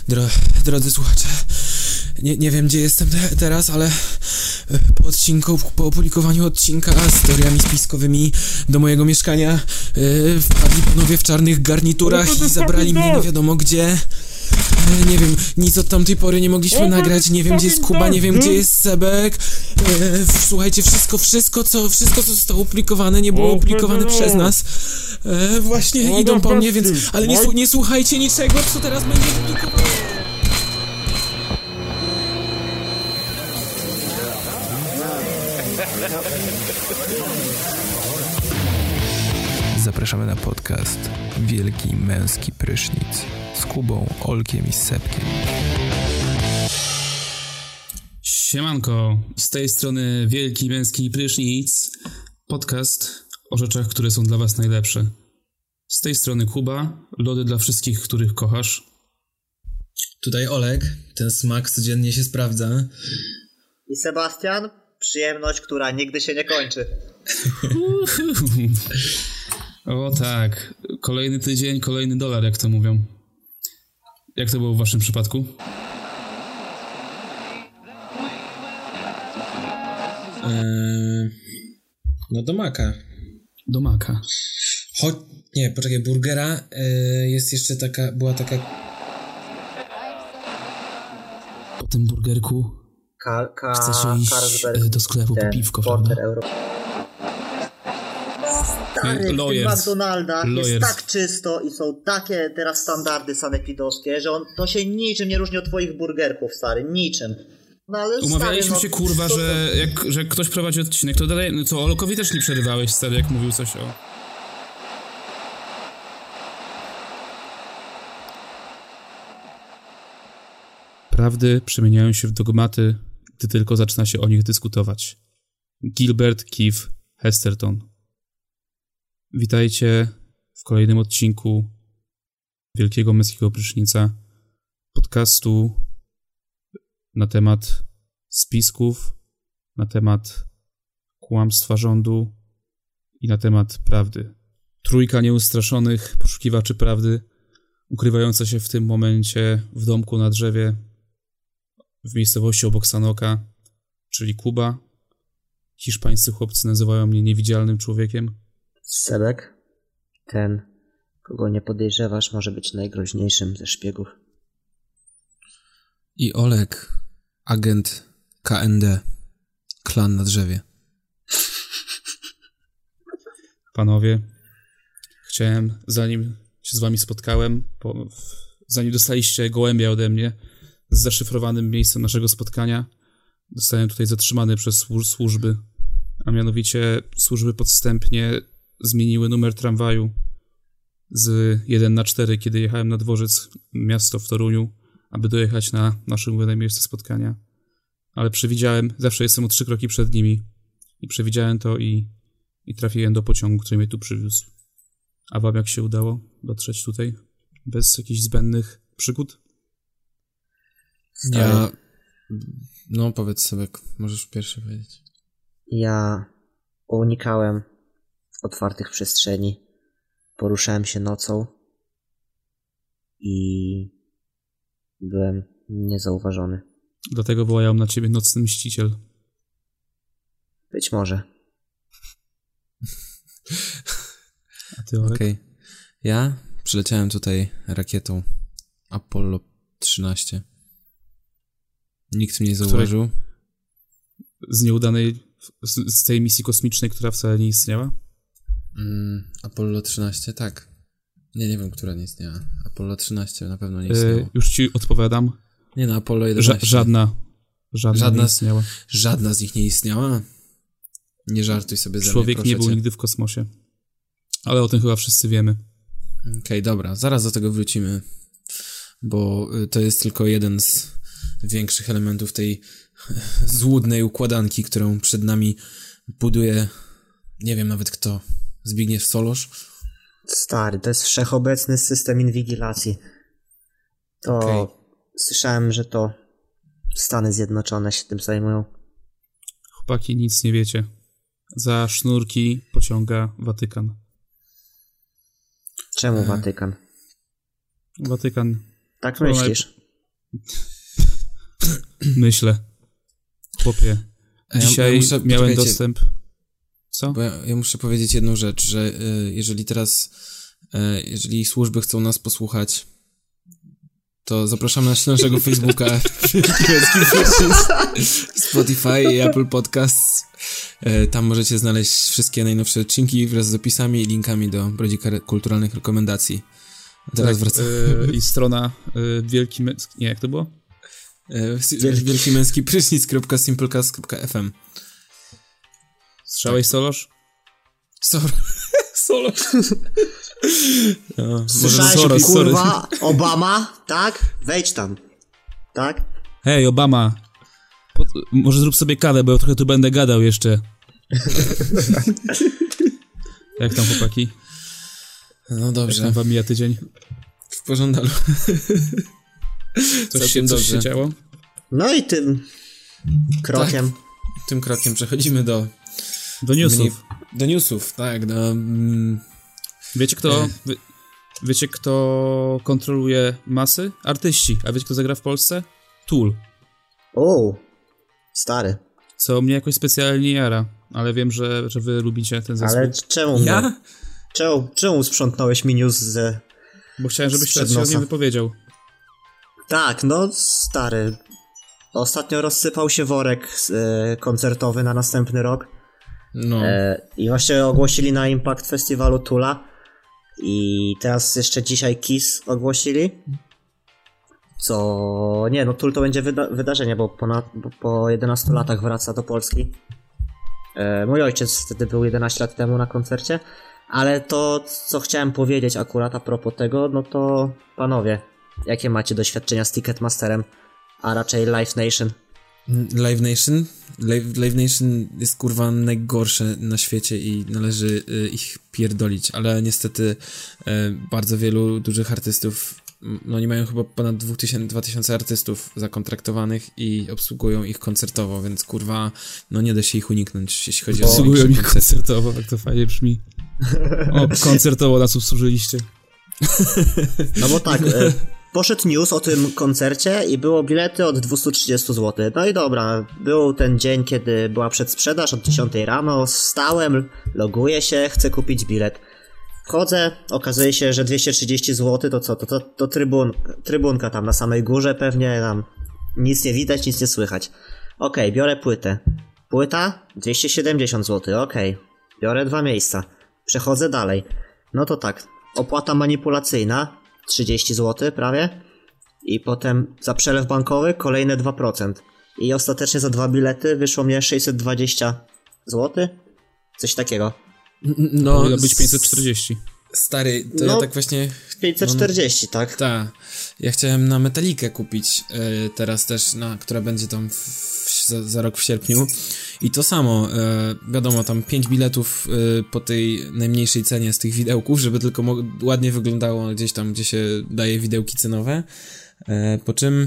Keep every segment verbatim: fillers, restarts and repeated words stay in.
Dro, drodzy słuchacze, nie, nie wiem gdzie jestem te, teraz, ale po odcinku, po opublikowaniu odcinka z teoriami spiskowymi do mojego mieszkania yy, wpadli panowie w czarnych garniturach i zabrali mnie nie wiadomo gdzie. Yy, nie wiem, nic od tamtej pory nie mogliśmy nagrać, nie wiem gdzie jest Kuba, nie wiem gdzie jest Sebek. Yy, słuchajcie, wszystko, wszystko co, wszystko co zostało opublikowane nie było opublikowane przez nas. Yy, właśnie idą po mnie, więc, ale nie, nie słuchajcie niczego, co teraz będzie opublikowane. Zapraszamy na podcast Wielki Męski Prysznic z Kubą, Olkiem i Sepkiem. Siemanko, z tej strony Wielki Męski Prysznic, podcast o rzeczach, które są dla was najlepsze. Z tej strony Kuba, lody dla wszystkich, których kochasz. Tutaj Olek, ten smak codziennie się sprawdza. I Sebastian, przyjemność, która nigdy się nie kończy. O tak, kolejny tydzień, kolejny dolar, jak to mówią. Jak to było w waszym przypadku? Eee, no do maka. Do maka. Choć, nie, poczekaj, burgera eee, jest jeszcze taka, była taka... Po tym burgerku Ka- ka- chcesz iść Carlsberg, do sklepu po piwko, prawda? Euro. Stary, w tym McDonalda jest tak czysto i są takie teraz standardy sanepidowskie, że on, to się niczym nie różni od twoich burgerków, stary, niczym. No, ale umawialiśmy stary, się, no, kurwa, to, że jak że ktoś prowadzi odcinek, to dalej, no co, Olokowi też nie przerywałeś, stary, jak mówił coś o... Prawdy przemieniają się w dogmaty, gdy tylko zaczyna się o nich dyskutować. Gilbert Keith Chesterton. Witajcie w kolejnym odcinku Wielkiego Męskiego Prysznica, podcastu na temat spisków, na temat kłamstwa rządu i na temat prawdy. Trójka nieustraszonych poszukiwaczy prawdy, ukrywająca się w tym momencie w domku na drzewie w miejscowości obok Sanoka, czyli Kuba. Hiszpańscy chłopcy nazywają mnie niewidzialnym człowiekiem. Sebek, ten, kogo nie podejrzewasz, może być najgroźniejszym ze szpiegów. I Olek, agent K N D, klan na drzewie. Panowie, chciałem, zanim się z wami spotkałem, po, zanim dostaliście gołębia ode mnie z zaszyfrowanym miejscem naszego spotkania, zostałem tutaj zatrzymany przez służ- służby, a mianowicie służby podstępnie zmieniły numer tramwaju z jeden na cztery, kiedy jechałem na dworzec miasto w Toruniu, aby dojechać na nasze umówione miejsce spotkania. Ale przewidziałem, zawsze jestem o trzy kroki przed nimi i przewidziałem to i, i trafiłem do pociągu, który mnie tu przywiózł. A wam jak się udało dotrzeć tutaj bez jakichś zbędnych przygód? Ja... No powiedz sobie, możesz pierwszy powiedzieć. Ja unikałem otwartych przestrzeni, poruszałem się nocą i byłem niezauważony. Dlatego wołają na ciebie nocny mściciel. Być może. A ty, Olek? Okej. Okay. Ja przyleciałem tutaj rakietą Apollo trzynaście. Nikt mnie nie zauważył. Której... Z nieudanej, z, z tej misji kosmicznej, która wcale nie istniała? Mm, Apollo trzynaście, tak. Nie, nie wiem, która nie istniała. Apollo trzynaście na pewno nie istniało. Yy, już ci odpowiadam. Nie no, Apollo jedenaście. Ża- żadna. Żadna, żadna nie istniała. Żadna z nich nie istniała? Nie żartuj sobie ze mnie, Człowiek nie był cię. Nigdy w kosmosie. Ale o tym chyba wszyscy wiemy. Okej, okay, dobra. Zaraz do tego wrócimy. Bo to jest tylko jeden z większych elementów tej złudnej układanki, którą przed nami buduje, nie wiem nawet kto, Zbigniew Solosz. Stary, to jest wszechobecny system inwigilacji. To okay. Słyszałem, że to Stany Zjednoczone się tym zajmują. Chłopaki, nic nie wiecie. Za sznurki pociąga Watykan. Czemu Watykan? Watykan. Tak myślisz? Myślę. Chłopie. Dzisiaj ja, ja muszę, miałem dostęp... Co? Bo ja, ja muszę powiedzieć jedną rzecz, że y, jeżeli teraz, y, jeżeli służby chcą nas posłuchać, to zapraszamy na naszego Facebooka, Spotify i Apple Podcasts. Y, tam możecie znaleźć wszystkie najnowsze odcinki wraz z opisami i linkami do bardziej kulturalnych rekomendacji. A teraz tak, wracamy. Y, I strona y, Wielki Męski... Nie, jak to było? Y, Wielki Męski Prysznic kropka simplecast kropka f m. Słyszałeś, tak. Solosz? Sor- Solosz. No, Słyszałeś, Soros, kurwa, sorry. Obama, tak? Wejdź tam, tak? Hej, Obama, po, może zrób sobie kawę, bo ja trochę tu będę gadał jeszcze. Jak tam, chłopaki? No dobrze. Jak tam wam mija tydzień? W porządku. Coś, się, coś się działo? No i tym krokiem. Tak, tym krokiem przechodzimy do... Do newsów. Do newsów, tak. Do, mm, wiecie kto wie, wiecie kto kontroluje masy? Artyści. A wiecie kto zagra w Polsce? Tool. O, stary. Co mnie jakoś specjalnie jara, ale wiem, że, że wy lubicie ten zespół. Ale czemu? Ja? Mnie? Czemu, czemu sprzątnąć mi news z... Bo chciałem, żebyś się o nim wypowiedział. Tak, no stary. Ostatnio rozsypał się worek e, koncertowy na następny rok. No. E, I właśnie ogłosili na Impact Festiwalu Tula. I teraz jeszcze dzisiaj Kiss ogłosili. Co... Nie, no Tool to będzie wyda- wydarzenie, bo, ponad, bo po jedenastu latach wraca do Polski. E, mój ojciec wtedy był jedenaście lat temu na koncercie. Ale to, co chciałem powiedzieć akurat a propos tego, no to panowie, jakie macie doświadczenia z Ticketmasterem, a raczej Live Nation? Live Nation? Live, Live Nation jest kurwa najgorsze na świecie i należy y, ich pierdolić, ale niestety y, bardzo wielu dużych artystów, no oni mają chyba ponad dwa tysiące artystów zakontraktowanych i obsługują ich koncertowo, więc kurwa, no nie da się ich uniknąć, jeśli chodzi Bo o... Obsługują ich koncertowo, jak to fajnie brzmi. O, koncertowo nas obsłużyliście. No bo tak... Y- Poszedł news o tym koncercie i było bilety od dwieście trzydzieści złotych. No i dobra, był ten dzień, kiedy była przedsprzedaż od dziesiątej rano, wstałem, loguję się, chcę kupić bilet. Wchodzę, okazuje się, że dwieście trzydzieści złotych to co, to, to, to trybun, trybunka tam na samej górze pewnie, tam nic nie widać, nic nie słychać. Okej, okay, biorę płytę. Płyta? dwieście siedemdziesiąt złotych, okej. Okay. Biorę dwa miejsca. Przechodzę dalej. No to tak, opłata manipulacyjna trzydzieści złotych prawie i potem za przelew bankowy kolejne dwa procent i ostatecznie za dwa bilety wyszło mnie sześćset dwadzieścia złotych, coś takiego. No, powinno być pięćset czterdzieści. Stary, to no, ja tak właśnie... pięćset czterdzieści, no, tak? Tak. Ja chciałem na Metalikę kupić yy, teraz też, na, która będzie tam w, w, za, za rok w sierpniu. I to samo, yy, wiadomo, tam pięć biletów yy, po tej najmniejszej cenie z tych widełków, żeby tylko mo- ładnie wyglądało gdzieś tam, gdzie się daje widełki cenowe. Yy, po czym...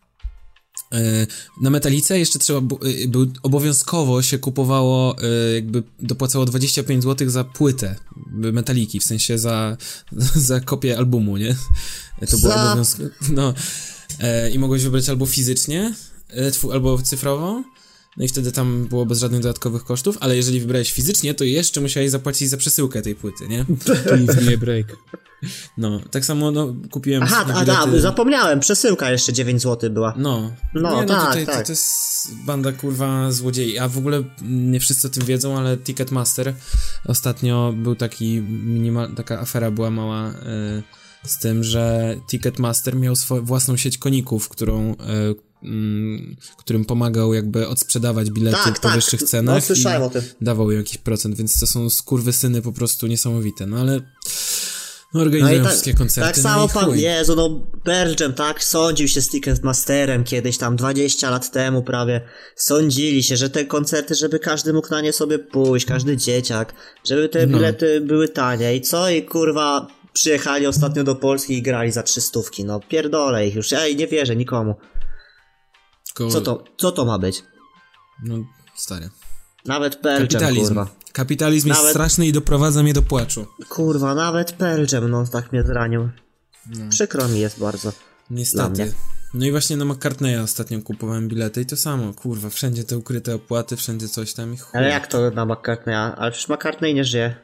Na Metalice jeszcze trzeba był obowiązkowo się kupowało, jakby dopłacało dwadzieścia pięć złotych za płytę Metaliki, w sensie za, za kopię albumu, nie? To było obowiązkowe. No. I mogłeś wybrać albo fizycznie, albo cyfrowo. No i wtedy tam było bez żadnych dodatkowych kosztów, ale jeżeli wybrałeś fizycznie, to jeszcze musiałeś zapłacić za przesyłkę tej płyty, nie? Give me a break. No, tak samo no, kupiłem... Aha, a da, zapomniałem, przesyłka jeszcze dziewięć złotych była. No, no, nie, no tak, tutaj, tak. To, to jest banda kurwa złodziei, a w ogóle nie wszyscy o tym wiedzą, ale Ticketmaster ostatnio był taki minimal, taka afera była mała y, z tym, że Ticketmaster miał swoją własną sieć koników, którą... Y, którym pomagał jakby odsprzedawać bilety tak, po tak. wyższych cenach. No, słyszałem o tym. Dawał jakiś procent, więc to są skurwysyny po prostu niesamowite, no ale no, organizują no tak, wszystkie koncerty. Tak samo no pan, Jezu, no Pearl Jam, tak, sądził się z Ticketmasterem kiedyś tam dwadzieścia lat temu prawie, sądzili się, że te koncerty, żeby każdy mógł na nie sobie pójść, każdy dzieciak, żeby te no. bilety były tanie i co i kurwa przyjechali ostatnio do Polski i grali za trzystówki, no pierdolę ich już, ja nie wierzę nikomu. Ko... Co to, co to ma być? No, stary. Nawet Pearl Jam, kurwa. Kapitalizm nawet... jest straszny i doprowadza mnie do płaczu. Kurwa, nawet Pearl Jam, no tak mnie zranił. No. Przykro mi jest bardzo. Niestety. No i właśnie na McCartneya ostatnio kupowałem bilety i to samo, kurwa, wszędzie te ukryte opłaty, wszędzie coś tam i chuj. Ale jak to na McCartneya? Ale przecież McCartney nie żyje.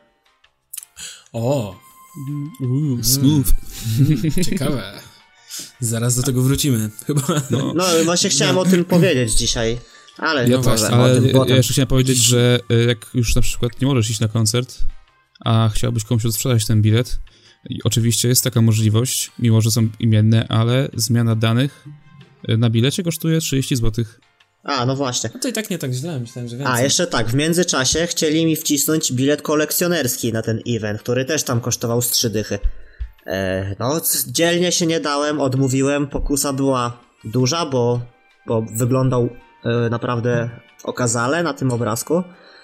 O, Uuu, smooth. ciekawe. Zaraz do tego wrócimy, chyba. No, No właśnie chciałem o tym powiedzieć dzisiaj. Ale ja no też, może, ale o tym ja, potem. ja jeszcze chciałem powiedzieć, że y, jak już na przykład nie możesz iść na koncert, a chciałbyś komuś odsprzedać ten bilet, i oczywiście jest taka możliwość, mimo że są imienne, ale zmiana danych y, na bilecie kosztuje trzydzieści złotych. A, no właśnie. No to i tak nie tak źle, myślałem, że więcej. A, jeszcze tak, w międzyczasie chcieli mi wcisnąć bilet kolekcjonerski na ten event, który też tam kosztował z trzy dychy. E, no, dzielnie się nie dałem, odmówiłem, pokusa była duża, bo, bo wyglądał e, naprawdę okazale na tym obrazku.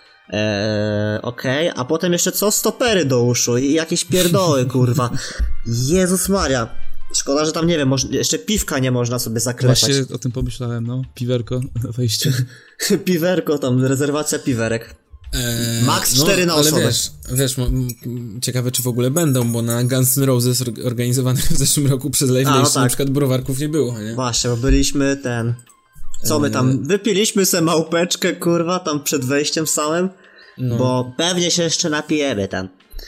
Eee, okej, okay. A potem jeszcze co? Stopery do uszu i jakieś pierdoły, kurwa. Jezus Maria. Szkoda, że tam, nie wiem, moż- jeszcze piwka nie można sobie zaklepać. Właśnie o tym pomyślałem, no. Piwerko na wejście. Piwerko tam, rezerwacja piwerek. Eee, Max cztery na ale osobę. Wiesz, wiesz m- m- ciekawe czy w ogóle będą, bo na Guns N' Roses or- organizowanych w zeszłym roku przez Live A, no Nation tak. na przykład browarków nie było, nie? Właśnie, bo byliśmy ten... Co my tam? Wypiliśmy se małpeczkę, kurwa, tam przed wejściem samym, No. bo pewnie się jeszcze napijemy tam.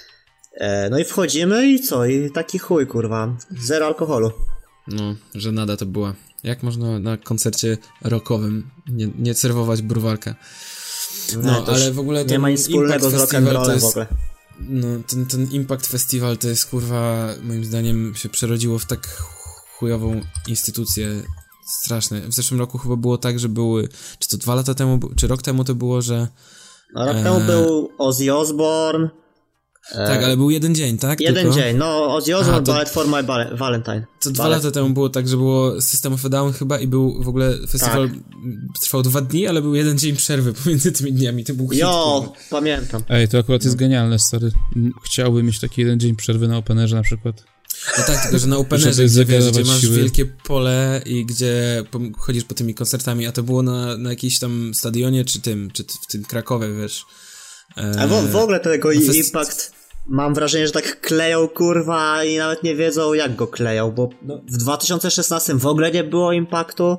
E, no i wchodzimy i co? I taki chuj, kurwa. Zero alkoholu. No, że nada to była. Jak można na koncercie rockowym nie, nie serwować browarka? No, to już ale w ogóle ten nie ma nic wspólnego Impact z Festival to rock'n'rollem jest, w ogóle. No, ten, ten Impact Festival to jest, kurwa, moim zdaniem się przerodziło w tak chujową instytucję. Straszne. W zeszłym roku chyba było tak, że były, czy to dwa lata temu, czy rok temu to było, że... No, rok temu e, był Ozzy Osbourne. Tak, ale był jeden dzień, tak? Jeden Tylko? dzień, no Ozzy Osbourne, Aha, to- Ballet for My Bal- Valentine. To dwa Ballet. lata temu było tak, że było System of a Down chyba i był w ogóle festiwal Tak. trwał dwa dni, ale był jeden dzień przerwy pomiędzy tymi dniami, to był hit, Jo, kurwa. pamiętam. Ej, to akurat jest genialne, stary. M- Chciałbym mieć taki jeden dzień przerwy na openerze na przykład. No tak, tylko że na openerze, Żeby gdzie, wiesz, gdzie zagenerować masz siły. wielkie pole i gdzie po, chodzisz po tymi koncertami, a to było na, na jakimś tam stadionie, czy tym, czy t- w tym Krakowie, wiesz. E, A w, w ogóle tego no fest- Impact, mam wrażenie, że tak kleją, kurwa, i nawet nie wiedzą, jak go kleją, bo No. w dwa tysiące szesnastym w ogóle nie było Impactu,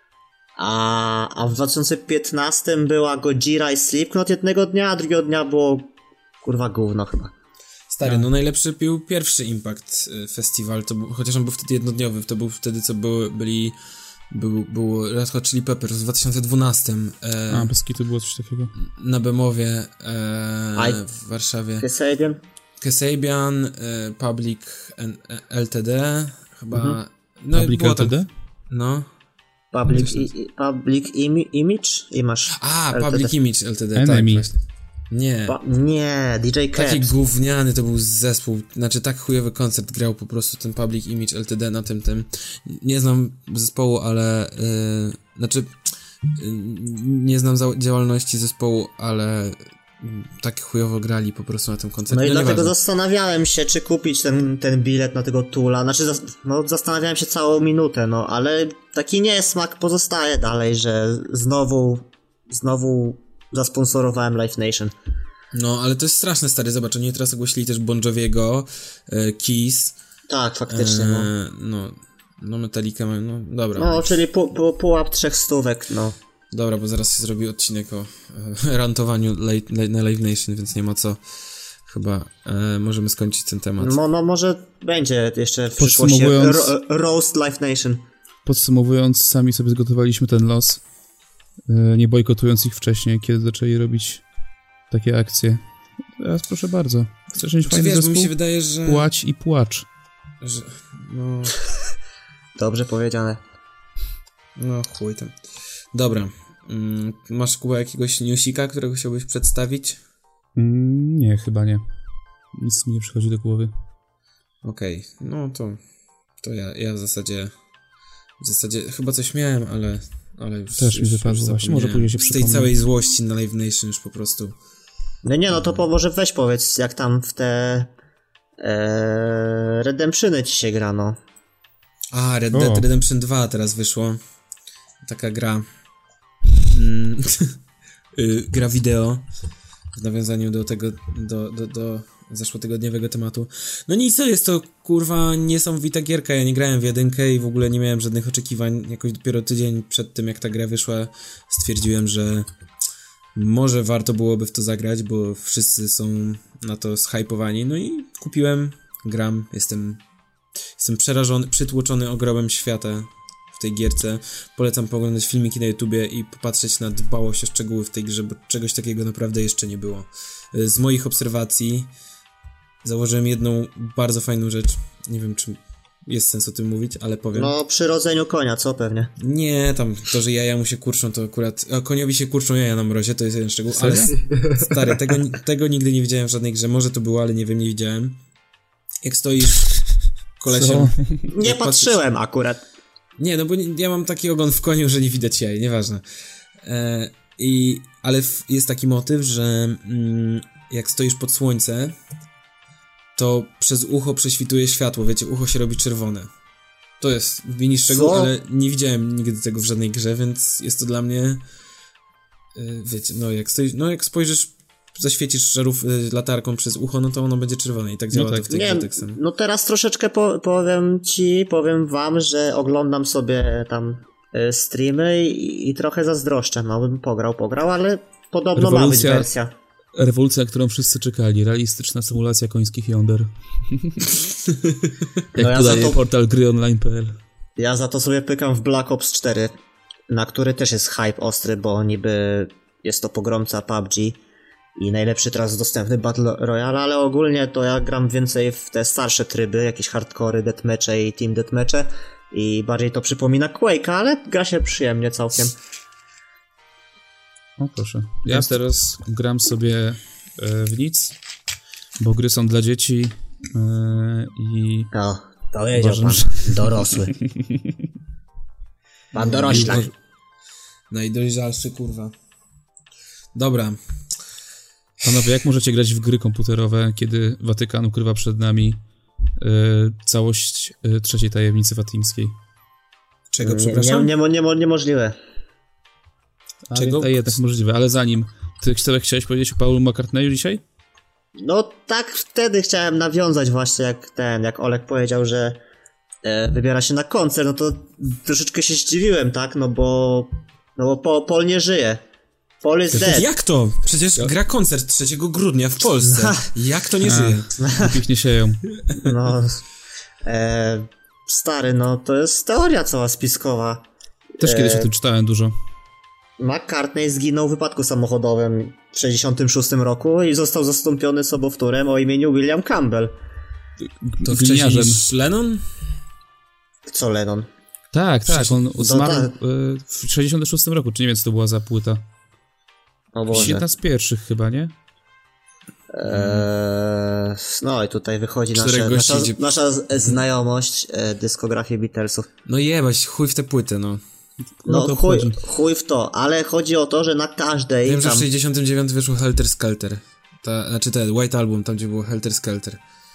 a, a w dwa tysiące piętnastym była Gojira i Slipknot jednego dnia, a drugiego dnia było, kurwa, gówno chyba. Stary, no najlepszy był pierwszy Impact y, Festiwal, to był, chociaż on był wtedy jednodniowy, to był wtedy, co były, byli, był, było Red Hot Chili Peppers w dwa tysiące dwunastym e, A, bez kitu było coś takiego. na Bemowie e, Aj. w Warszawie. Kasabian? Kasabian, e, Public N- e, L T D, chyba... Mhm. No i Public było L T D? tam- No. Public, i, i- public imi, Image? I masz... A, L T D. Public Image L T D, Enemy. tak właśnie. Nie. Pa, nie, D J Taki Caps. gówniany to był zespół, znaczy tak chujowy koncert grał po prostu ten Public Image L T D na tym, tym. Nie znam zespołu, ale, yy, znaczy, yy, nie znam za- działalności zespołu, ale yy, tak chujowo grali po prostu na tym koncercie. No i dlatego nieważne. zastanawiałem się, czy kupić ten, ten bilet na tego Tula. Znaczy, zas- no, zastanawiałem się całą minutę, no, ale taki niesmak pozostaje dalej, że znowu, znowu zasponsorowałem Live Nation. No, ale to jest straszne, stary, zobacz, oni teraz ogłosili też Bon Joviego, yy, Kiss, Tak, faktycznie, no. yy, no, no Metallica, no dobra. No, czyli pu, pu, pułap trzech stówek, no. Dobra, bo zaraz się zrobi odcinek o e, rantowaniu late, late, na Live Nation, więc nie ma co. Chyba e, możemy skończyć ten temat. No, no może będzie jeszcze w przyszłości Podsumowując- ro, Roast Live Nation. Podsumowując, sami sobie zgotowaliśmy ten los, yy, nie bojkotując ich wcześniej, kiedy zaczęli robić takie akcje. Teraz proszę bardzo. Chcesz mieć Czy fajny wiesz, bo zespół? mi się wydaje, że... Płać i płacz. że no, Dobrze powiedziane. no chuj tam. Dobra. Mm, masz, Kuba, jakiegoś newsika, którego chciałbyś przedstawić? Mm, nie, chyba nie. Nic mi nie przychodzi do głowy. Okej, no to... To ja, ja w zasadzie... W zasadzie chyba coś miałem, ale... ale już, Też mi już, wypadło już właśnie, może później się Z tej przypomnę. całej złości na Live Nation już po prostu... No nie, no to po, może weź powiedz, jak tam w te e, Redemptiony ci się grano. A, Red O. Dead Redemption dwa teraz wyszło. Taka gra. Mm, y, gra wideo. W nawiązaniu do tego, do, do, do zeszłotygodniowego tematu. No nic, to jest to, kurwa, niesamowita gierka. Ja nie grałem w jedynkę i w ogóle nie miałem żadnych oczekiwań. Jakoś dopiero tydzień przed tym, jak ta gra wyszła, stwierdziłem, że może warto byłoby w to zagrać, bo wszyscy są na to zhypowani. No i kupiłem, gram, jestem, jestem przerażony, przytłoczony ogromem świata w tej gierce. Polecam pooglądać filmiki na YouTubie i popatrzeć na dbałość o szczegóły w tej grze, bo czegoś takiego naprawdę jeszcze nie było. Z moich obserwacji założyłem jedną bardzo fajną rzecz. Nie wiem, czy jest sens o tym mówić, ale powiem. No, przy rodzeniu konia, co pewnie? Nie, tam to, że jaja mu się kurczą, to akurat... A koniowi się kurczą jaja na mrozie, to jest jeden szczegół, ale stary, tego, tego nigdy nie widziałem w żadnej grze. Może to było, ale nie wiem, nie widziałem. Jak stoisz kolesiem... Nie patrzyłem patrzysz... akurat. Nie, no bo nie, ja mam taki ogon w koniu, że nie widać jaj, nieważne. E, i, ale w, jest taki motyw, że mm, jak stoisz pod słońce, to przez ucho prześwituje światło, wiecie, ucho się robi czerwone. To jest mini szczegół, ale nie widziałem nigdy tego w żadnej grze, więc jest to dla mnie, yy, wiecie, no jak stoisz, no jak spojrzysz, zaświecisz żarów yy, latarką przez ucho, no to ono będzie czerwone i tak działa no tak. to w tej nie, grze tak samo. No teraz troszeczkę po, powiem ci, powiem wam, że oglądam sobie tam y, streamy i, i trochę zazdroszczę, no bym pograł, pograł, ale podobno ma być wersja. Rewolucja, którą wszyscy czekali. Realistyczna symulacja końskich jąder. Jak no ja podaje to, portal gry online kropka p l. Ja za to sobie pykam w Black Ops cztery, na który też jest hype ostry, bo niby jest to pogromca P U B G i najlepszy teraz dostępny Battle Royale, ale ogólnie to ja gram więcej w te starsze tryby, jakieś hardcore'y, deathmatche i team deathmatche i bardziej to przypomina Quake'a, ale gra się przyjemnie całkiem. O proszę. Ja Jest. teraz gram sobie e, w nic, bo gry są dla dzieci e, i... O, to wiedział pan, że... dorosły. Pan doroślak. Najdojrzalszy, kurwa. Dobra. Panowie, jak możecie grać w gry komputerowe, kiedy Watykan ukrywa przed nami e, całość e, trzeciej tajemnicy watyńskiej? Czego, przepraszam? Nie, nie, nie, nie, niemożliwe. Czego? Ale jednak możliwe, ale zanim, ty sobie chciałeś powiedzieć o Paulu McCartneyu dzisiaj? No tak wtedy chciałem nawiązać właśnie jak ten, jak Olek powiedział, że e, wybiera się na koncert, no to troszeczkę się zdziwiłem, tak, no bo no bo Paul, Paul nie żyje. Paul is dead. Jak to? Przecież ja. gra koncert trzeciego grudnia w Polsce. Jak to nie A, żyje? Pięknie sieją. No, e, stary, no to jest teoria cała spiskowa. Też e, kiedyś o tym czytałem dużo. McCartney zginął w wypadku samochodowym w sześćdziesiątym szóstym roku i został zastąpiony sobowtórem o imieniu William Campbell. To wcześniej niż Lennon? Co Lennon? Tak, tak, on zmarł no, tak. w sześćdziesiątym szóstym roku, czy nie wiem co to była za płyta. Jedna z pierwszych chyba, nie? Eee, no i tutaj wychodzi nasze, nasza, nasza znajomość e, dyskografii Beatlesów. No jebać, chuj w tę płytę, no. No, no chuj, chuj w to, ale chodzi o to, że na każdej... Wiem, tam... że w sześćdziesiątym dziewiątym wyszło Helter Skelter. Ta, znaczy ten White Album, tam gdzie było Helter Skelter.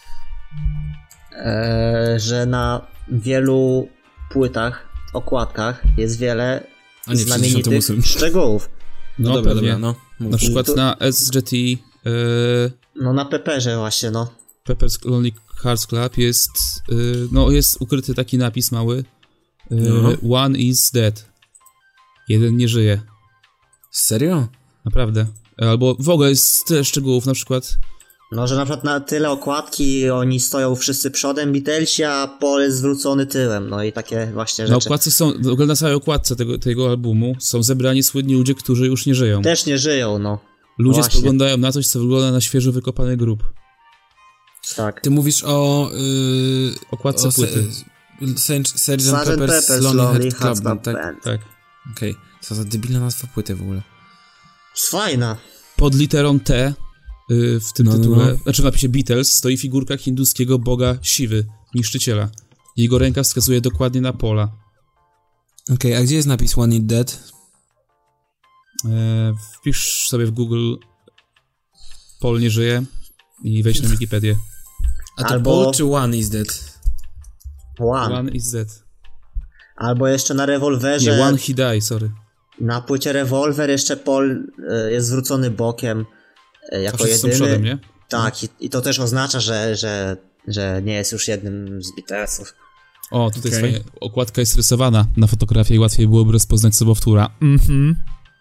Eee, że na wielu płytach, okładkach jest wiele nie, znamienitych szczegółów. No, no dobra, dobra, no. Mów. Na przykład tu... na S G T... Yy... No na Pepperze właśnie, no. Pepper's Lonely Hearts Club jest... Yy, no jest ukryty taki napis mały. No. One is dead. Jeden nie żyje. Serio? Naprawdę. Albo w ogóle jest tyle szczegółów, na przykład... No, że na przykład na tyle okładki oni stoją wszyscy przodem, Beatlesi, a Paul jest zwrócony tyłem, no i takie właśnie rzeczy. Na okładce są, w ogóle na całej okładce tego, tego albumu są zebrani słynni ludzie, którzy już nie żyją. Też nie żyją, no. Ludzie właśnie spoglądają na coś, co wygląda na świeżo wykopany grób. Tak. Ty mówisz o... Yy, okładce o płyty. Sergeant Pepper's Lonely Hearts Club, tak? Tak. Okej, okay. Co za debilna nazwa płyty w ogóle. Fajna. Pod literą T yy, w tym no, tytule, no. znaczy w napisie Beatles, stoi figurka hinduskiego boga Siwy, niszczyciela. Jego ręka wskazuje dokładnie na Paula. Okej, okay, a gdzie jest napis One is dead? Yy, wpisz sobie w Google Paul nie żyje i wejdź na Wikipedię. A to Albo... Paul czy One is dead? One. One is dead. Albo jeszcze na rewolwerze... Nie, One he die, sorry. Na płycie rewolwer jeszcze Paul y, jest zwrócony bokiem y, jako jedyny. Są przodem, nie? Tak, i, i to też oznacza, że, że, że nie jest już jednym z B T S-ów. O, tutaj Okej. jest fajnie. Okładka jest rysowana na fotografię i łatwiej byłoby rozpoznać sobowtóra. Mhm.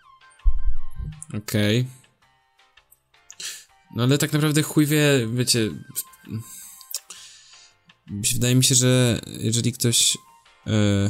Okej. Okay. No ale tak naprawdę chuj wie, wiecie... Wydaje mi się, że jeżeli ktoś... E,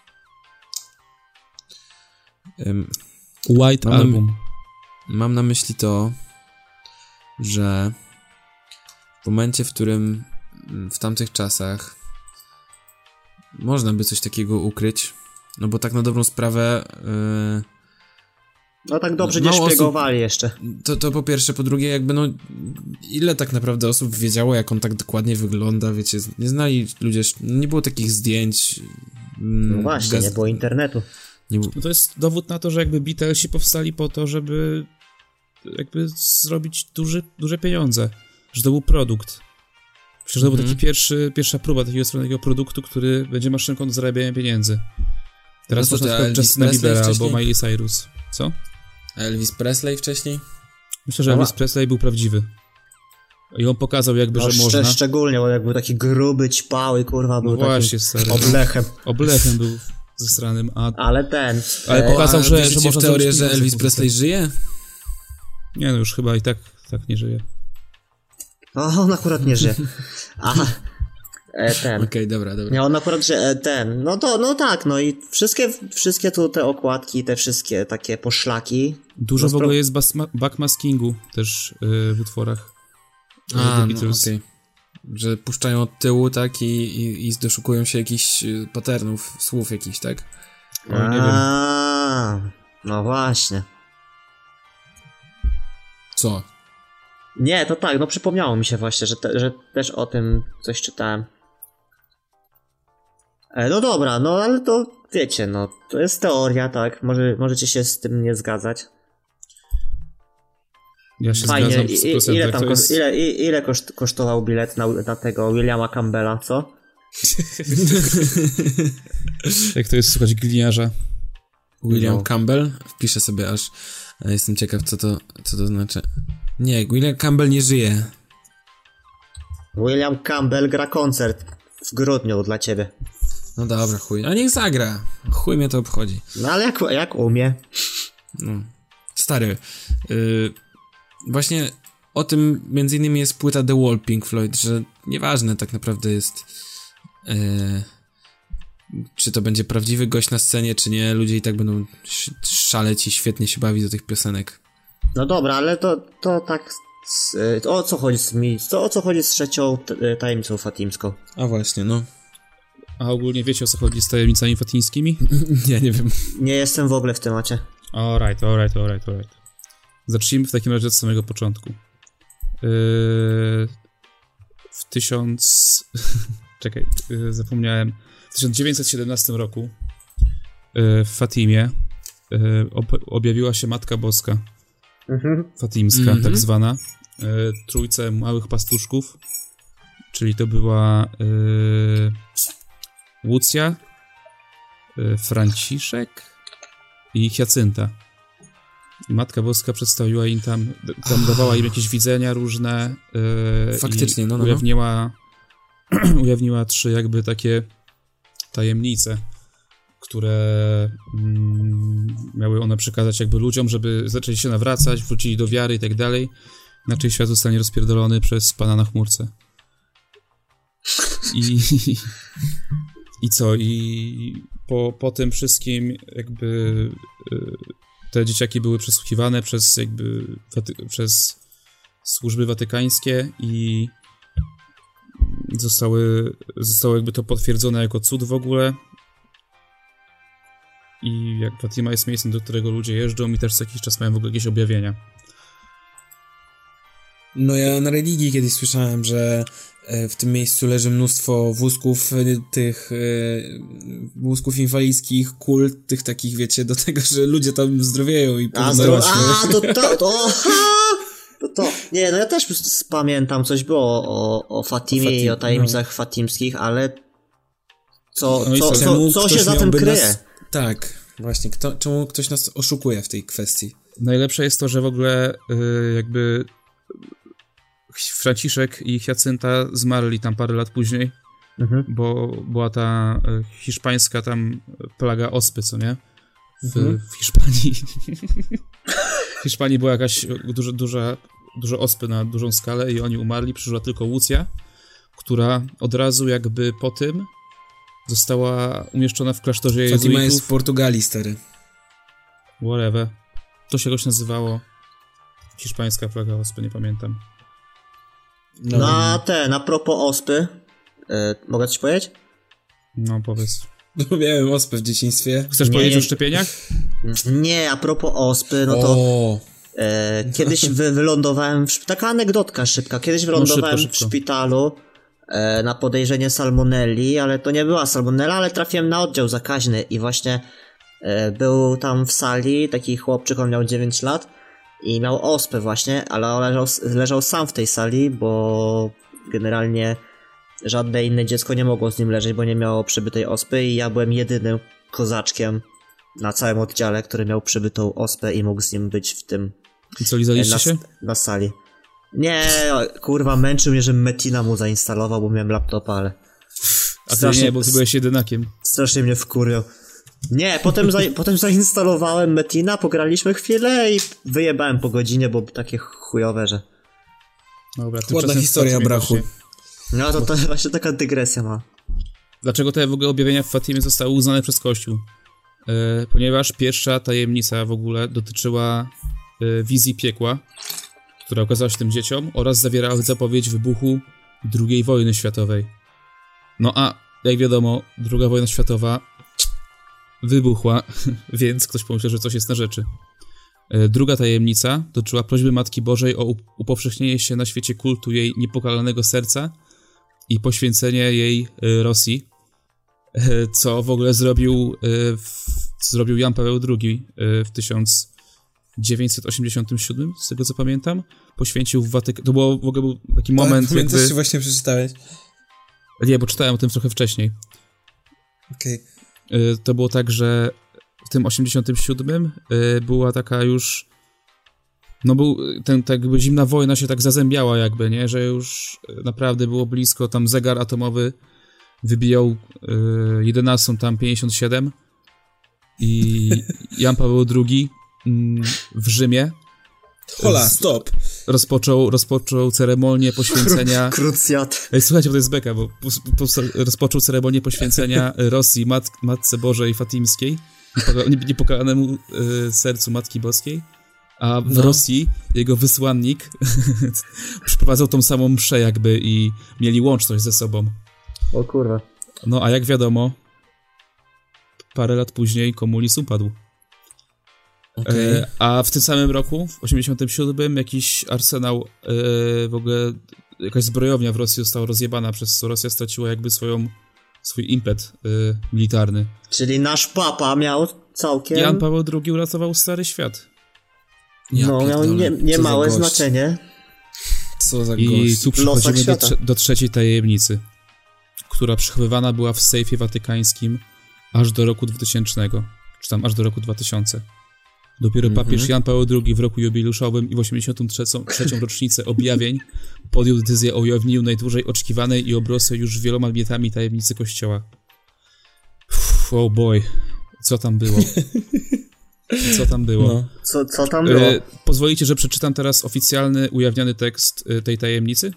em, White Mam na- Album. mam na myśli to, że w momencie, w którym mm, w tamtych czasach można by coś takiego ukryć, no bo tak na dobrą sprawę... E, No tak dobrze Mało nie osób- szpiegowali jeszcze. To, to po pierwsze, po drugie jakby no ile tak naprawdę osób wiedziało, jak on tak dokładnie wygląda, wiecie, nie znali ludzie, nie było takich zdjęć. mm, No właśnie, gaz- nie było internetu. nie było. No to jest dowód na to, że jakby Beatlesi powstali po to, żeby jakby zrobić duży, duże pieniądze. Że to był produkt. Przecież to był Mhm. taki pierwszy, pierwsza próba takiego stronnego produktu, który będzie maszynką do zarabiania pieniędzy. Teraz No to można ty, spotkać Elvis Justina Presley Biebera wcześniej? albo Miley Cyrus. Co? A Elvis Presley wcześniej? Myślę, że No Elvis ma- Presley był prawdziwy. I on pokazał jakby, No że szcz- można. szczególnie, bo jak był taki gruby, ćpały, kurwa, był No właśnie, takim stary. oblechem. Oblechem był ze stranym, a... Ale ten... Ale e, pokazał, A że- wierzycie że można w teorię, zrobić że pieniądze Elvis po Presley żyje? Nie no, już chyba i tak, tak nie żyje. O, on akurat nie żyje. Aha. E, ten. Okej, dobra, dobra. Nie, on akurat, że e, ten. No to, no tak, no i wszystkie, wszystkie tu te okładki, te wszystkie takie poszlaki. Dużo No w ogóle jest basma- backmaskingu też yy, w utworach. yy, A, The no, Beatles. okej. Że puszczają od tyłu, tak, i, i, i doszukują się jakichś y, patternów, słów jakichś, tak? Oj, nie wiem. A, no właśnie. Co? Nie, to tak, no przypomniało mi się właśnie, że, te, że też o tym coś czytałem. E, no dobra, no ale to wiecie, no to jest teoria, tak, może, możecie się z tym nie zgadzać. Ja się Fajnie, zgadzam w I, stu i, procentach. ile tam To koszt, jest... ile, i, ile koszt, kosztował bilet na, na tego Williama Campbella, co? Jak to jest słuchać gliniarza? William No. Campbell? Wpiszę sobie aż. a Jestem ciekaw, co to, co to znaczy. Nie, William Campbell nie żyje. William Campbell gra koncert w grudniu dla ciebie. No dobra, chuj. A niech zagra. Chuj mnie to obchodzi. No ale jak, jak umie? No. Stary. Yy, właśnie o tym między innymi jest płyta The Wall Pink Floyd, że nieważne tak naprawdę jest yy, czy to będzie prawdziwy gość na scenie, czy nie. Ludzie i tak będą sz- szaleć i świetnie się bawić do tych piosenek. No dobra, ale to, to tak... Z, y, o co chodzi z mi, to, o co chodzi z trzecią t- tajemnicą fatimską? A właśnie, no. A ogólnie wiecie, o co chodzi z tajemnicami fatyńskimi? Ja nie wiem. Nie jestem w ogóle w temacie. Alright, alright, alright, alright. Zacznijmy w takim razie od samego początku. Yy, w tysiąc... Czekaj, yy, zapomniałem. W tysiąc dziewięćset siedemnastym roku yy, w Fatimie yy, ob- objawiła się Matka Boska. Mhm. Fatimska, Mhm. tak zwana. Yy, trójce małych pastuszków. Czyli to była yy, Łucja, yy, Franciszek i Hiacynta. I Matka Boska przedstawiła im tam, tam dawała im jakieś widzenia różne. Yy, Faktycznie, i no, no, no. Ujawniła, ujawniła trzy jakby takie tajemnice, które mm, miały one przekazać jakby ludziom, żeby zaczęli się nawracać, wrócili do wiary i tak dalej. Inaczej świat zostanie rozpierdolony przez Pana na chmurce. I, i co? I po, po tym wszystkim jakby y, te dzieciaki były przesłuchiwane przez jakby waty- przez służby watykańskie i zostały, zostało jakby to potwierdzone jako cud w ogóle. I jak Fatima jest miejscem, do którego ludzie jeżdżą i też co jakiś czas mają w ogóle jakieś objawienia. No ja na religii kiedyś słyszałem, że e, w tym miejscu leży mnóstwo wózków, e, tych e, wózków inwalidzkich, kul, tych takich, wiecie, do tego, że ludzie tam zdrowieją i A, porozdają zdro- się. a to to, to, ha! to to. Nie, no ja też s- pamiętam, coś było o, o Fatimie O Fatim- i o tajemnicach fatimskich, ale co, No i co, co? co, Czemu co ktoś się za tym miałby kryje? nas- Tak, właśnie, kto, czemu ktoś nas oszukuje w tej kwestii? Najlepsze jest to, że w ogóle y, jakby Franciszek i Hiacynta zmarli tam parę lat później, Mhm. bo była ta e, hiszpańska tam plaga ospy, co nie? W, Mhm. w Hiszpanii. W Hiszpanii była jakaś duża, duża, dużo ospy na dużą skalę i oni umarli. Przyszła tylko Łucja, która od razu jakby po tym została umieszczona w klasztorze Fatima jest w jezuitów. Portugalii, stary. Whatever. To się jakoś nazywało. Hiszpańska plaga ospy, nie pamiętam. No, Na te, na propos ospy, e, mogę coś powiedzieć? No, powiedz. no, miałem ospę w dzieciństwie. Chcesz Nie, powiedzieć nie. o szczepieniach? Nie, a propos ospy, no to O, e, kiedyś wy, wylądowałem, w, szp- taka anegdotka szybka, kiedyś wylądowałem No, szybko, w szybko. szpitalu e, na podejrzenie salmonelli, ale to nie była salmonella, ale trafiłem na oddział zakaźny i właśnie e, był tam w sali taki chłopczyk, on miał dziewięć lat i miał ospę właśnie, ale on leżał, leżał sam w tej sali, bo generalnie żadne inne dziecko nie mogło z nim leżeć, bo nie miało przybytej ospy i ja byłem jedynym kozaczkiem na całym oddziale, który miał przybytą ospę i mógł z nim być w tym I co, lizaliście na, się? na sali. Nie, kurwa, męczył mnie, że Metina mu zainstalował, bo miałem laptopa, ale A ty strasznie- nie, bo ty byłeś jedynakiem. strasznie mnie wkurwiał. Nie, potem, za, potem zainstalowałem Metina, pograliśmy chwilę i wyjebałem po godzinie, bo takie chujowe, że... Dobra, ładna tymczasem historia, Fatimie brachu. właśnie. No to, to właśnie taka dygresja ma. Dlaczego te w ogóle objawienia w Fatimie zostały uznane przez Kościół? E, ponieważ pierwsza tajemnica w ogóle dotyczyła e, wizji piekła, która okazała się tym dzieciom, oraz zawierała zapowiedź wybuchu drugiej wojny światowej. No a, jak wiadomo, druga wojna światowa wybuchła, więc ktoś pomyślał, że coś jest na rzeczy. E, druga tajemnica dotyczyła prośby Matki Bożej o up- upowszechnienie się na świecie kultu jej niepokalanego serca i poświęcenie jej e, Rosji, e, co w ogóle zrobił, e, w, zrobił Jan Paweł drugi e, w tysiąc dziewięćset osiemdziesiątym siódmym, z tego co pamiętam, poświęcił w Watyk... To było w ogóle był taki moment, tak, jakby... jakby... właśnie przeczytałeś. Nie, bo czytałem o tym trochę wcześniej. Okej. Y, To było tak, że w tym osiemdziesiątym siódmym y, była taka już... No był ten, tak jakby zimna wojna się tak zazębiała jakby, nie? Że już y, naprawdę było blisko, tam zegar atomowy wybijał y, jedenastą tam pięćdziesiąt siedem i Jan Paweł drugi mm, w Rzymie Hola, stop. rozpoczął, rozpoczął ceremonię poświęcenia... Krucjat. Ej, słuchajcie, bo to jest beka, bo po, po, rozpoczął ceremonię poświęcenia Rosji mat, Matce Bożej Fatimskiej, niepoka- niepokalanemu y, sercu Matki Boskiej, a w No. Rosji jego wysłannik przeprowadzał tą samą mszę jakby i mieli łączność ze sobą. O kurwa. No a jak wiadomo, parę lat później komunizm upadł. Okej. E, a w tym samym roku, w osiemdziesiątym siódmym, jakiś arsenał, e, w ogóle jakaś zbrojownia w Rosji została rozjebana, przez co Rosja straciła jakby swoją, swój impet e, militarny. Czyli nasz papa miał całkiem... Jan Paweł drugi uratował stary świat. Ja no, miał pierdolę, nie, co nie za małe gość. znaczenie. Co za I gość. tu przechodzimy do, świata. trze- do trzeciej tajemnicy, która przechowywana była w sejfie watykańskim aż do roku dwutysięcznego, czy tam aż do roku dwa tysiące. Dopiero Mhm. papież Jan Paweł drugi w roku jubileuszowym i w osiemdziesiątą trzecią rocznicę objawień podjął decyzję o ujawnieniu najdłużej oczekiwanej i obrosłej już wieloma mietami tajemnicy Kościoła. Uff, oh boy, co tam było? Co tam było? No. Co, co tam było? E, pozwolicie, że przeczytam teraz oficjalny, ujawniony tekst e, tej tajemnicy?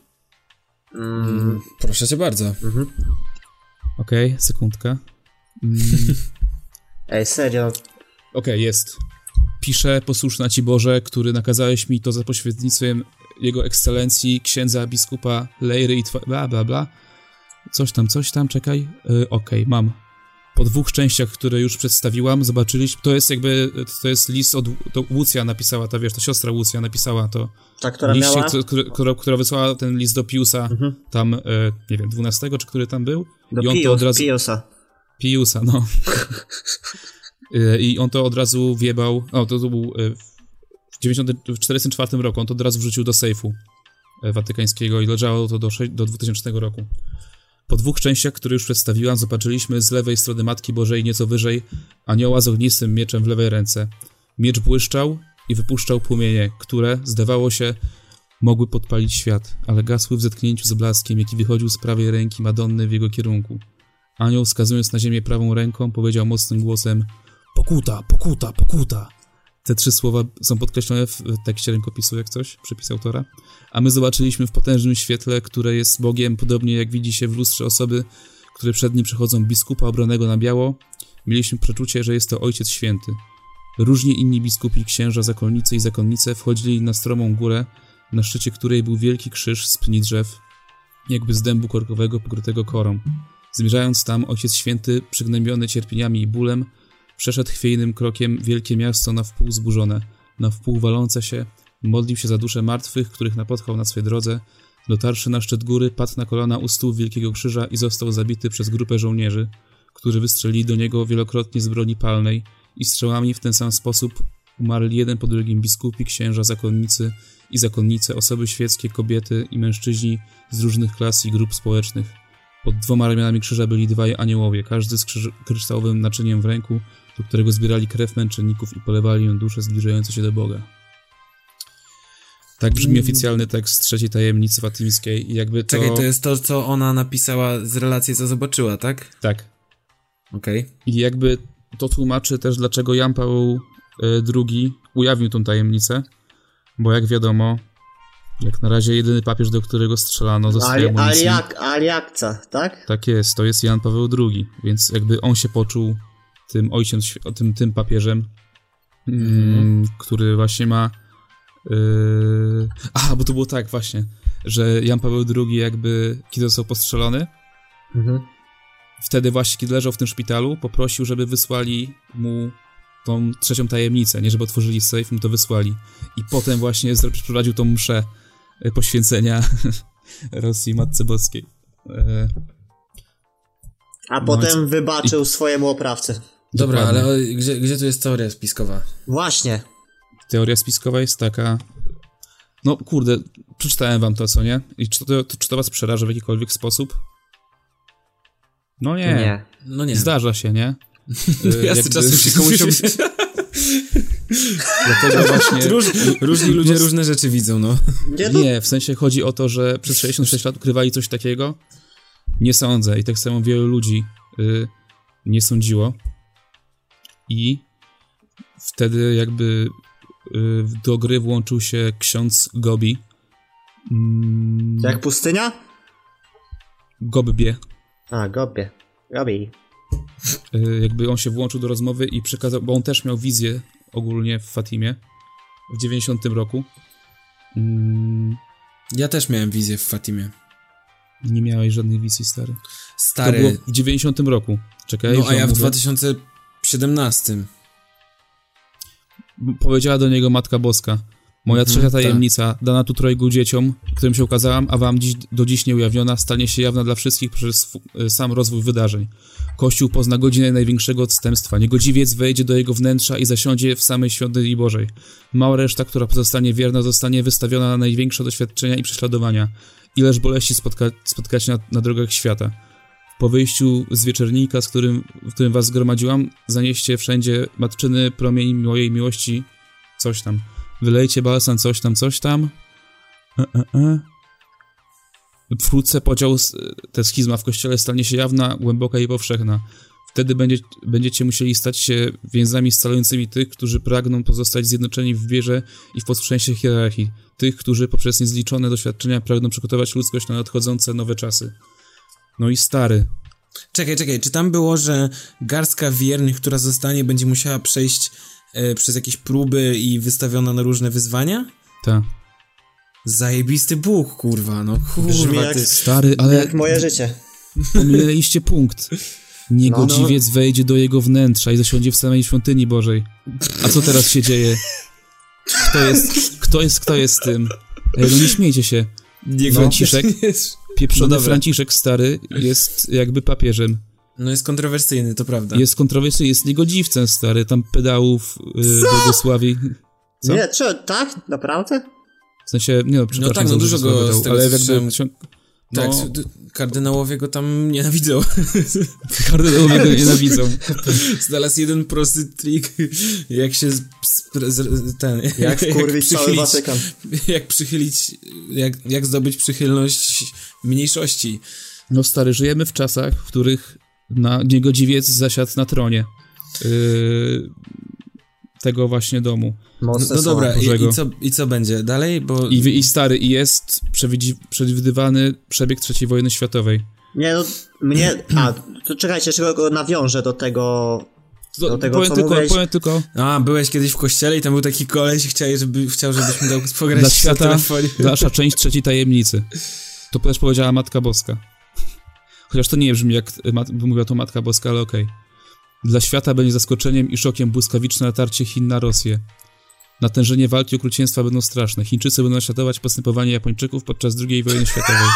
Mm, Proszę cię bardzo. mhm. Okej, sekundka. Mm, Ej, serio. Okej, jest. Pisze, posłuszna ci Boże, który nakazałeś mi to za pośrednictwem jego ekscelencji, księdza biskupa Lejry i twa... bla, bla, bla. Coś tam, coś tam, czekaj. Yy, Okej, mam. Po dwóch częściach, które już przedstawiłam, zobaczyliśmy... To jest jakby... To jest list od... To Łucja napisała, ta wiesz, ta siostra Łucja napisała to. Ta, która Liście, miała... który, która, która wysłała ten list do Piusa, Mhm. tam, e, nie wiem, dwunastego, czy który tam był. Do I on to Pius, od razu... Piusa. Piusa, no. Y, I on to od razu wjebał, o, to, to był y, w dziewięćdziesiątym czterdziestym czwartym roku, on to od razu wrzucił do sejfu y, watykańskiego i leżało to do, sze- do dwutysięcznego roku. Po dwóch częściach, które już przedstawiłam, zobaczyliśmy z lewej strony Matki Bożej nieco wyżej anioła z ognistym mieczem w lewej ręce. Miecz błyszczał i wypuszczał płomienie, które, zdawało się, Mogły podpalić świat, ale gasły w zetknięciu z blaskiem, jaki wychodził z prawej ręki Madonny w jego kierunku. Anioł, wskazując na ziemię prawą ręką, powiedział mocnym głosem: pokuta, pokuta, pokuta. Te trzy słowa są podkreślone w tekście rękopisu, jak coś, przepis autora. A my zobaczyliśmy w potężnym świetle, które jest Bogiem, podobnie jak widzi się w lustrze osoby, które przed nim przechodzą, biskupa ubranego na biało. Mieliśmy przeczucie, że jest to Ojciec Święty. Różni inni biskupi, księża, zakonnice i zakonnice wchodzili na stromą górę, na szczycie której był wielki krzyż z pni drzew, jakby z dębu korkowego pokrytego korą. Zmierzając tam, Ojciec Święty, przygnębiony cierpieniami i bólem, przeszedł chwiejnym krokiem wielkie miasto na wpół zburzone, na wpół walące się, modlił się za dusze martwych, których napotkał na swej drodze, dotarszy na szczyt góry, padł na kolana u stóp wielkiego krzyża i został zabity przez grupę żołnierzy, którzy wystrzelili do niego wielokrotnie z broni palnej i strzałami w ten sam sposób umarli jeden po drugim biskupi, księża, zakonnicy i zakonnice, osoby świeckie, kobiety i mężczyźni z różnych klas i grup społecznych. Pod dwoma ramionami krzyża byli dwaj aniołowie, każdy z krzyż- kryształowym naczyniem w ręku, do którego zbierali krew męczenników i polewali ją dusze zbliżające się do Boga. Tak brzmi oficjalny tekst trzeciej tajemnicy fatimskiej i jakby to... Czekaj, to jest to, co ona napisała z relacji, co zobaczyła, tak? Tak. Okej. Okay. I jakby to tłumaczy też, dlaczego Jan Paweł drugi ujawnił tą tajemnicę, bo jak wiadomo, jak na razie jedyny papież, do którego strzelano ze swojej amunicji... Aliak, Aliakca, tak? Tak jest, to jest Jan Paweł drugi, więc jakby on się poczuł tym ojcem, tym, tym papieżem, mm. Mm, który właśnie ma... Yy... Aha, bo to było tak właśnie, że Jan Paweł drugi jakby, kiedy został postrzelony, mhm. wtedy właśnie, kiedy leżał w tym szpitalu, poprosił, żeby wysłali mu tą trzecią tajemnicę, nie żeby otworzyli safe, mu to wysłali. I potem właśnie przeprowadził tą mszę poświęcenia Rosji Matce Boskiej. E... A no potem i... wybaczył i... swojemu oprawcy. Dobra, dokładnie. Ale gdzie, gdzie tu jest teoria spiskowa? Właśnie. Teoria spiskowa jest taka... No kurde, przeczytałem wam to, co nie? I czy to, to, czy to was przeraża w jakikolwiek sposób? No nie. Nie. No nie. Zdarza się, nie? Jasny czas już się komuś ob... Dlatego właśnie... Róż, różni ludzie no, różne rzeczy widzą, no. Nie, w sensie chodzi o to, że przez sześćdziesiąt sześć lat ukrywali coś takiego. Nie sądzę. I tak samo wielu ludzi y, nie sądziło. I wtedy jakby y, do gry włączył się ksiądz Gobi. Mm, Jak pustynia? Gobbie. A, Gobbie. Gobi. Jakby on się włączył do rozmowy i przekazał, bo on też miał wizję ogólnie w Fatimie w dziewięćdziesiątym roku. Mm. Ja też miałem wizję w Fatimie. Nie miałeś żadnej wizji, stary. Stary. To było w dziewięćdziesiątym roku. Czekaj. No a ja w mówię... dwa tysiące siedemnastym. Powiedziała do niego Matka Boska: moja trzecia mhm, tajemnica, ta. dana tu trojgu dzieciom, którym się ukazałam, a wam dziś, do dziś nie ujawniona, stanie się jawna dla wszystkich przez sam rozwój wydarzeń. Kościół pozna godzinę największego odstępstwa. Niegodziwiec wejdzie do jego wnętrza i zasiądzie w samej świątyni Bożej. Mała reszta, która pozostanie wierna, zostanie wystawiona na największe doświadczenia i prześladowania. Ileż boleści spotka spotkacie na, na drogach świata. Po wyjściu z wieczernika, z którym, w którym was zgromadziłam, zanieście wszędzie matczyny promień mojej miłości, coś tam. Wylejcie balsam, coś tam, coś tam. E, e, e. Wkrótce podział, ta schizma w kościele stanie się jawna, głęboka i powszechna. Wtedy będzie, będziecie musieli stać się więzami scalającymi tych, którzy pragną pozostać zjednoczeni w wierze i w posłuszeństwie hierarchii. Tych, którzy poprzez niezliczone doświadczenia pragną przygotować ludzkość na nadchodzące nowe czasy. No i stary. Czekaj, czekaj, czy tam było, że garstka wiernych, która zostanie, będzie musiała przejść e, przez jakieś próby i wystawiona na różne wyzwania? Tak. Zajebisty Bóg, kurwa, no kurwa, jak, ty... Stary, ale... jak moje życie. Pominęliście punkt. Niegodziwiec no, no. wejdzie do jego wnętrza i zasiądzie w samej świątyni Bożej. A co teraz się dzieje? Kto jest, kto jest, kto jest tym? Ej, no nie śmiejcie się. Nie Franciszek, pieprzony no Franciszek stary jest jakby papieżem. No jest kontrowersyjny, to prawda. Jest kontrowersyjny, jest niegodziwcem stary, tam pedałów yy, błogosławi. Co? Nie, czy tak? Naprawdę? W sensie, nie no, przepraszam. No tak, no dużo go pedał, z tego ale jakby, Tak, No. d- kardynałowie go tam nienawidzą. Kardynałowie go nienawidzą. Znalazł jeden prosty trik, jak się z, z, z, ten... Jak wkurwić cały Watykan. Jak przychylić, jak, jak zdobyć przychylność mniejszości. No stary, żyjemy w czasach, w których na niegodziwiec zasiadł na tronie yy, tego właśnie domu. No, Mocne no słowa. dobra, i, Bożego. i, co, i co będzie dalej? Bo... I, I stary, i jest przewidzi- przewidywany przebieg trzeciej wojny światowej. Nie, no, mnie... A, to czekajcie, jeszcze go nawiążę do tego... To, Do tego, powiem, co tylko, mówiłeś. powiem tylko, A, byłeś kiedyś w kościele i tam był taki koleś i chciał, żeby, chciał żebyś mu dał pograć dla na świata telefonie. dalsza część trzeciej tajemnicy. To też powiedziała Matka Boska. Chociaż to nie brzmi jak mat- mówiła to Matka Boska, ale okej. Dla świata będzie zaskoczeniem i szokiem błyskawiczne natarcie Chin na Rosję. Natężenie walki i okrucieństwa będą straszne. Chińczycy będą naśladować postępowanie Japończyków podczas drugiej wojny światowej.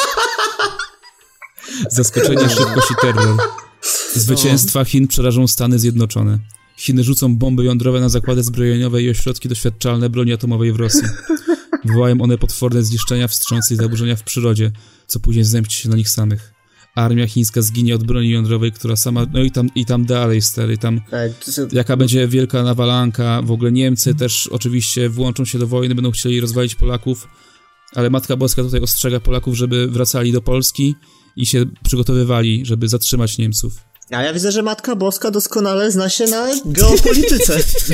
Zaskoczenie, szybkość i terror. Zwycięstwa Chin przerażą Stany Zjednoczone. Chiny rzucą bomby jądrowe na zakłady zbrojeniowe i ośrodki doświadczalne broni atomowej w Rosji. Wywołają one potworne zniszczenia, wstrząsy i zaburzenia w przyrodzie, co później zemści się na nich samych. Armia chińska zginie od broni jądrowej, która sama... No i tam, i tam dalej, stary, tam... Ej, to są- Jaka będzie wielka nawalanka, w ogóle Niemcy też oczywiście włączą się do wojny, będą chcieli rozwalić Polaków, ale Matka Boska tutaj ostrzega Polaków, żeby wracali do Polski i się przygotowywali, żeby zatrzymać Niemców. A ja widzę, że Matka Boska doskonale zna się na geopolityce.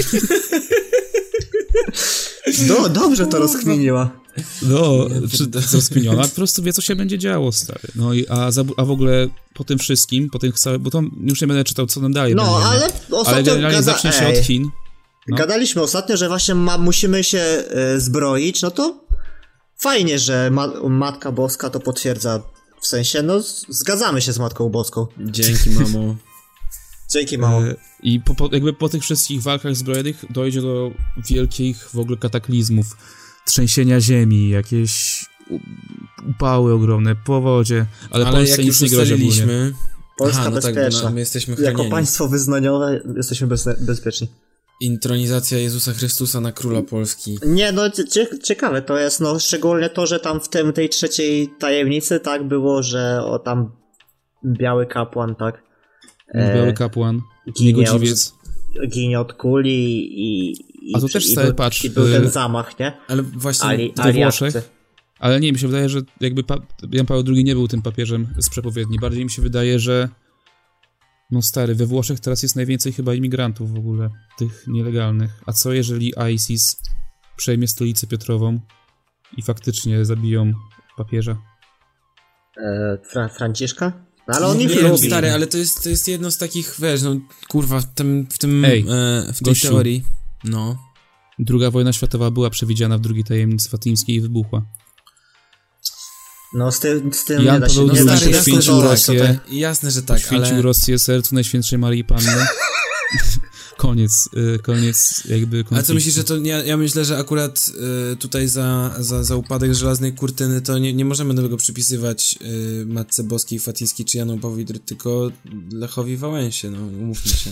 Do, dobrze to rozkminiła. No, Nie, czy to- rozkminiona, po prostu wie, co się będzie działo, stary. No i, a, za, a w ogóle po tym wszystkim, po tym całym, bo to już nie będę czytał, co nam dalej No, będzie, ale nie? ostatnio Ale generalnie gada- zacznie się ej. od Chin. No. Gadaliśmy ostatnio, że właśnie ma, musimy się e, zbroić, no to fajnie, że ma, Matka Boska to potwierdza. W sensie, no z- zgadzamy się z Matką Boską. Dzięki, mamo. Dzięki, mało. E, I po, po, jakby po tych wszystkich walkach zbrojnych dojdzie do wielkich w ogóle kataklizmów, trzęsienia ziemi, jakieś u- upały ogromne, powodzie, ale, Ale Polsce jak nic już nie grozi ogólnie. Polska Aha, no tak, bo bezpieczna. na- my jesteśmy chronieni. Jako państwo wyznaniowe jesteśmy bez, bezpieczni. Intronizacja Jezusa Chrystusa na króla Polski. Nie, no cie, ciekawe to jest, no szczególnie to, że tam w tym, tej trzeciej tajemnicy tak było, że o tam biały kapłan, tak, Biały kapłan, ginie od, niegodziwiec. ginie od kuli i, i, A tu też i, stary, był, patrz, i był y- ten zamach, nie? Ale właśnie... Ali, we Ali Włoszech. akty. Ale nie, mi się wydaje, że jakby pa- Jan Paweł drugi nie był tym papieżem z przepowiedni. Bardziej mi się wydaje, że no stary, we Włoszech teraz jest najwięcej chyba imigrantów w ogóle, tych nielegalnych. A co jeżeli ISIS przejmie stolicę Piotrową i faktycznie zabiją papieża? E, Fra, Franciszka? No, ale on nie ich wiem, lubi. stary, ale to jest, to jest jedno z takich, wiesz, no kurwa, w tym, w tym, Ej, e, w tej gościu. teorii. No. Druga wojna światowa była przewidziana w drugiej tajemnicy fatimskiej i wybuchła. No z tym, z tym Jan nie da się, Paweł nie drugi da się jasne, poświęcił że tak, Rosję. to tak, jasne, że tak, Poświęcił ale... Rosję sercu Najświętszej Maryi Panny. Koniec, y, koniec jakby konfliktu. Ale co myślisz, że to... Ja, ja myślę, że akurat y, tutaj za, za, za upadek żelaznej kurtyny to nie, nie możemy do tego przypisywać y, Matce Boskiej, Fatimskiej czy Janu Pawłowi drugiemu, tylko Lechowi Wałęsie, no umówmy się.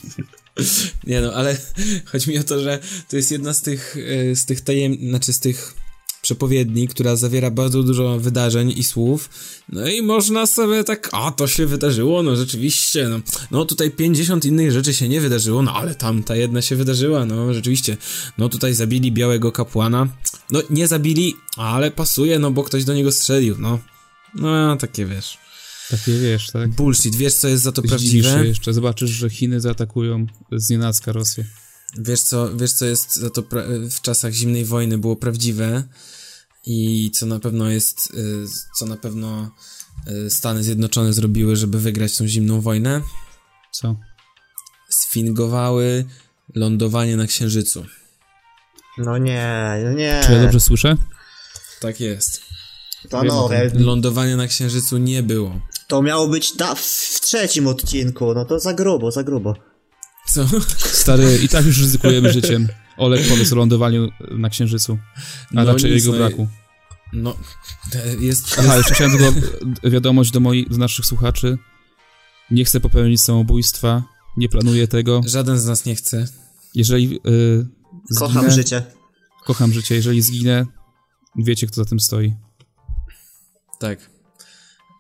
Nie no, ale chodzi mi o to, że to jest jedna z tych, y, z tych tajem... znaczy z tych przepowiedni, która zawiera bardzo dużo wydarzeń i słów, no i można sobie tak, a to się wydarzyło, no rzeczywiście, no, no tutaj pięćdziesiąt innych rzeczy się nie wydarzyło, no ale tamta jedna się wydarzyła, no rzeczywiście, no tutaj zabili białego kapłana, no nie zabili, ale pasuje, no bo ktoś do niego strzelił, no, no takie wiesz, Takie wiesz, tak? bullshit, wiesz co jest za to Zdziwisz prawdziwe? się jeszcze, zobaczysz, że Chiny zaatakują znienacka Rosję. Wiesz co, wiesz co jest za to pra- w czasach zimnej wojny było prawdziwe i co na pewno jest, y, co na pewno y, Stany Zjednoczone zrobiły, żeby wygrać tą zimną wojnę? Co? Sfingowały lądowanie na Księżycu. No nie, no nie. Czy ja dobrze słyszę? Tak jest. Panowie, Lądowania na Księżycu nie było. to miało być da- w trzecim odcinku, no to za grubo, za grubo. Co? Stary, i tak już ryzykujemy życiem. Olek powiedz o lądowaniu na Księżycu, a No raczej nic, jego no i- braku. No, to jest... Aha, jeszcze chciałem tylko wiadomość do moich, do naszych słuchaczy. Nie chcę popełnić samobójstwa, nie planuję tego. Żaden z nas nie chce. Jeżeli y, Kocham zginę, życie. kocham życie. Jeżeli zginę, wiecie, kto za tym stoi. Tak.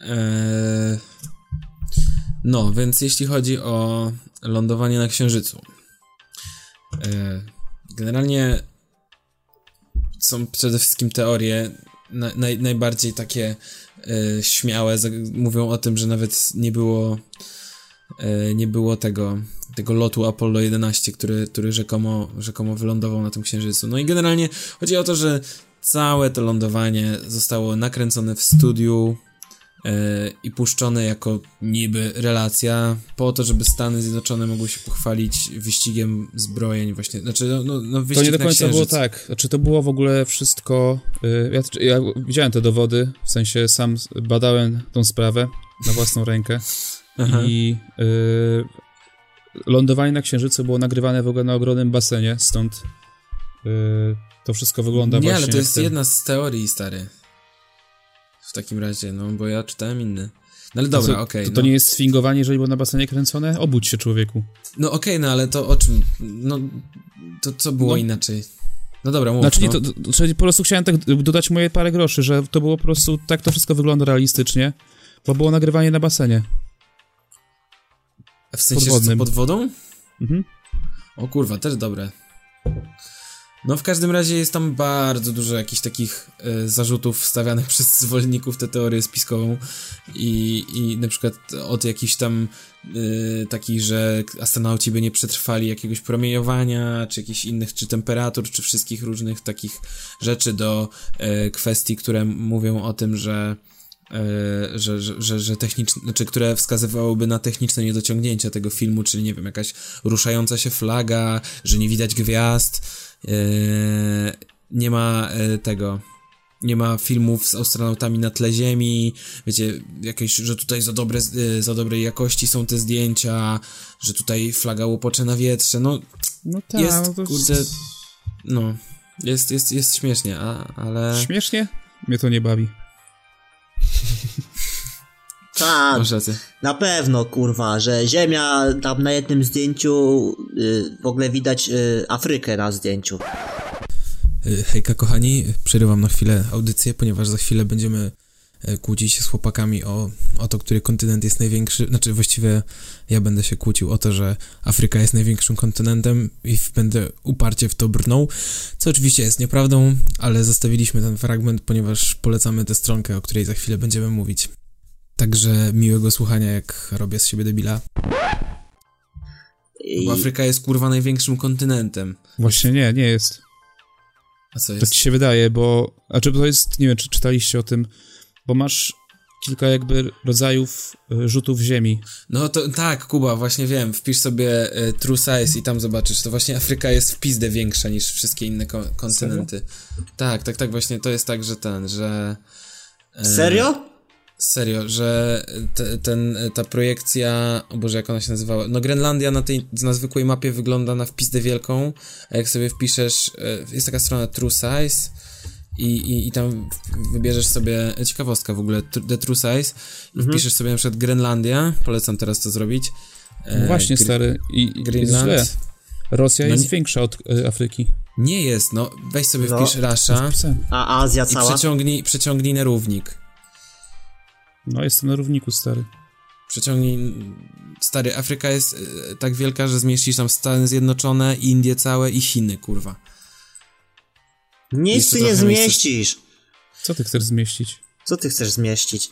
Eee, no, więc jeśli chodzi o lądowanie na Księżycu. Eee, generalnie są przede wszystkim teorie na, naj, najbardziej takie e, śmiałe. Mówią o tym, że nawet nie było e, nie było tego tego lotu Apollo jedenaście, który, który rzekomo, rzekomo wylądował na tym Księżycu. No i generalnie chodzi o to, że całe to lądowanie zostało nakręcone w studiu yy, i puszczone jako niby relacja po to, żeby Stany Zjednoczone mogły się pochwalić wyścigiem zbrojeń właśnie, znaczy no, no, no wyścig to nie do na końca Księżyc. było tak, znaczy to było w ogóle wszystko, yy, ja, ja widziałem te dowody, w sensie sam badałem tą sprawę na własną rękę. Aha. I yy, lądowanie na Księżycu było nagrywane w ogóle na ogromnym basenie, stąd yy, to wszystko wygląda Nie, właśnie ale to jak jest ten... jedna z teorii, stary. W takim razie, no, bo ja czytałem inne. No ale dobra, okej. Okay, to, no. to nie jest sfingowanie, jeżeli było na basenie kręcone? Obudź się, człowieku. No okej, okay, no ale to o czym? No, to co było no, inaczej? No dobra, mów, Znaczy, no. nie, to, to, to, po prostu chciałem tak dodać moje parę groszy, że to było po prostu, tak to wszystko wygląda realistycznie, bo było nagrywanie na basenie. W sensie, że co, pod wodą? Mhm. O kurwa, też dobre. No w każdym razie jest tam bardzo dużo jakichś takich y, zarzutów stawianych przez zwolenników tę teorię spiskową i, i na przykład od jakichś tam y, takich, że astronauci by nie przetrwali jakiegoś promieniowania, czy jakichś innych, czy temperatur, czy wszystkich różnych takich rzeczy do y, kwestii, które mówią o tym, że Yy, że, że, że, że techniczne, znaczy, które wskazywałyby na techniczne niedociągnięcia tego filmu, czyli nie wiem, jakaś ruszająca się flaga, że nie widać gwiazd, yy, nie ma yy, tego, nie ma filmów z astronautami na tle Ziemi, wiecie, jakieś, że tutaj za dobre, yy, za dobrej jakości są te zdjęcia, że tutaj flaga łopocze na wietrze, no, no tak, jest, no to... kurde, no, jest, jest, jest śmiesznie, a, ale... Śmiesznie? Mnie to nie bawi. Tak, Masz rację. Na pewno, kurwa, że Ziemia, tam na jednym zdjęciu y, w ogóle widać y, Afrykę na zdjęciu. Hejka kochani, przerywam na chwilę audycję, ponieważ za chwilę będziemy kłócić się z chłopakami o, o to, który kontynent jest największy, znaczy właściwie ja będę się kłócił o to, że Afryka jest największym kontynentem i będę uparcie w to brnął, co oczywiście jest nieprawdą, ale zostawiliśmy ten fragment, ponieważ polecamy tę stronkę, o której za chwilę będziemy mówić. Także miłego słuchania, jak robię z siebie debila. I... Bo Afryka jest kurwa największym kontynentem. Właśnie nie, nie jest. A co To jest? ci się wydaje, bo... A czy to jest... Nie wiem, czy czytaliście o tym, bo masz kilka jakby rodzajów y, rzutów ziemi. No to tak, Kuba, właśnie wiem, wpisz sobie y, True Size i tam zobaczysz, to właśnie Afryka jest w pizdę większa niż wszystkie inne ko- kontynenty. Serio? Tak, tak, tak, właśnie to jest tak, że ten, że... Y, Serio? Serio, że te, ten, ta projekcja, o Boże, jak ona się nazywała, no Grenlandia na tej, na zwykłej mapie wygląda na w pizdę wielką, a jak sobie wpiszesz, y, jest taka strona True Size, I, i, i tam wybierzesz sobie, ciekawostka w ogóle, The True Size, i mhm. wpiszesz sobie na przykład Grenlandia, polecam teraz to zrobić. No właśnie, Gr- stary, i Greenland. jest źle. Rosja no jest nie, większa od y, Afryki. Nie jest, no, weź sobie no. wpisz Russia a Azja cała? i przeciągnij, przeciągnij na równik. No, jestem na równiku, stary. Przeciągnij, stary, Afryka jest y, tak wielka, że zmieścisz tam Stany Zjednoczone, Indie całe i Chiny, kurwa. Nic ty nie zmieścisz. Co ty chcesz zmieścić? Co ty chcesz zmieścić?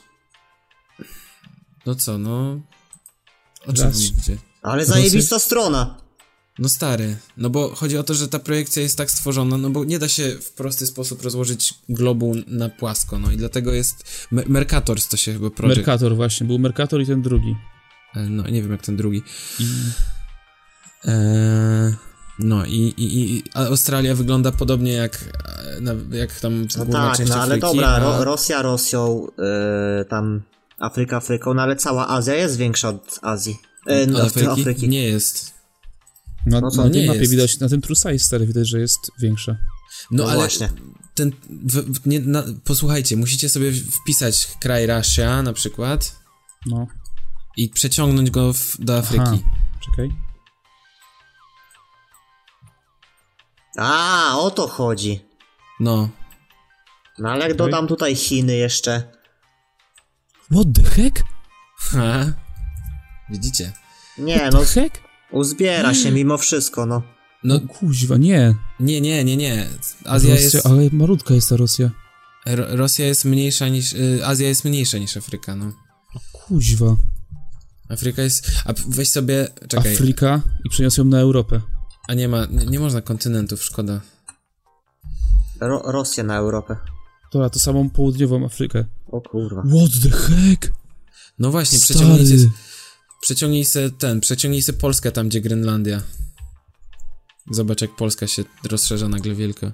No co, no... O czym mówicie? Ale zajebista strona. No stary, no bo chodzi o to, że ta projekcja jest tak stworzona, no bo nie da się w prosty sposób rozłożyć globu na płasko, no i dlatego jest... Me- Mercator to się chyba projekt... Mercator właśnie, był Mercator i ten drugi. No, nie wiem jak ten drugi. I... Eee... No i, i, i Australia wygląda podobnie jak, jak tam no główna tak, część no ale Afryki, dobra, a... Ro- Rosja Rosją, yy, tam Afryka Afryką, no ale cała Azja jest większa od Azji. Yy, od od Afryki? Afryki. Nie jest. No, no co, na tej nie mapie jest. widać, na tym True Size, stary, widać, że jest większa. No, no ale właśnie. ten, w, w, nie, na, posłuchajcie, musicie sobie wpisać kraj Russia na przykład no. i przeciągnąć go w, do Afryki. Aha. Czekaj. A, o to chodzi. No. No ale jak dodam tutaj Chiny jeszcze. What the heck? Ha? Widzicie? Nie, no Heck? uzbiera się mimo wszystko, no. No, Kuźwa, nie. nie, nie, nie, nie. Azja Rosja, jest... ale malutka jest ta Rosja. Ro- Rosja jest mniejsza niż... Y, Azja jest mniejsza niż Afryka, no. Kuźwa. Afryka jest... A p- weź sobie... Czekaj. Afryka i przeniosą ją na Europę. A nie ma... Nie, nie można kontynentów, szkoda. Ro- Rosję na Europę. Dobra, to samą południową Afrykę. O kurwa. What the heck? No właśnie, Stary. przeciągnijcie... Przeciągnij se ten... Przeciągnij se Polskę tam, gdzie Grenlandia. Zobacz, jak Polska się rozszerza nagle wielko.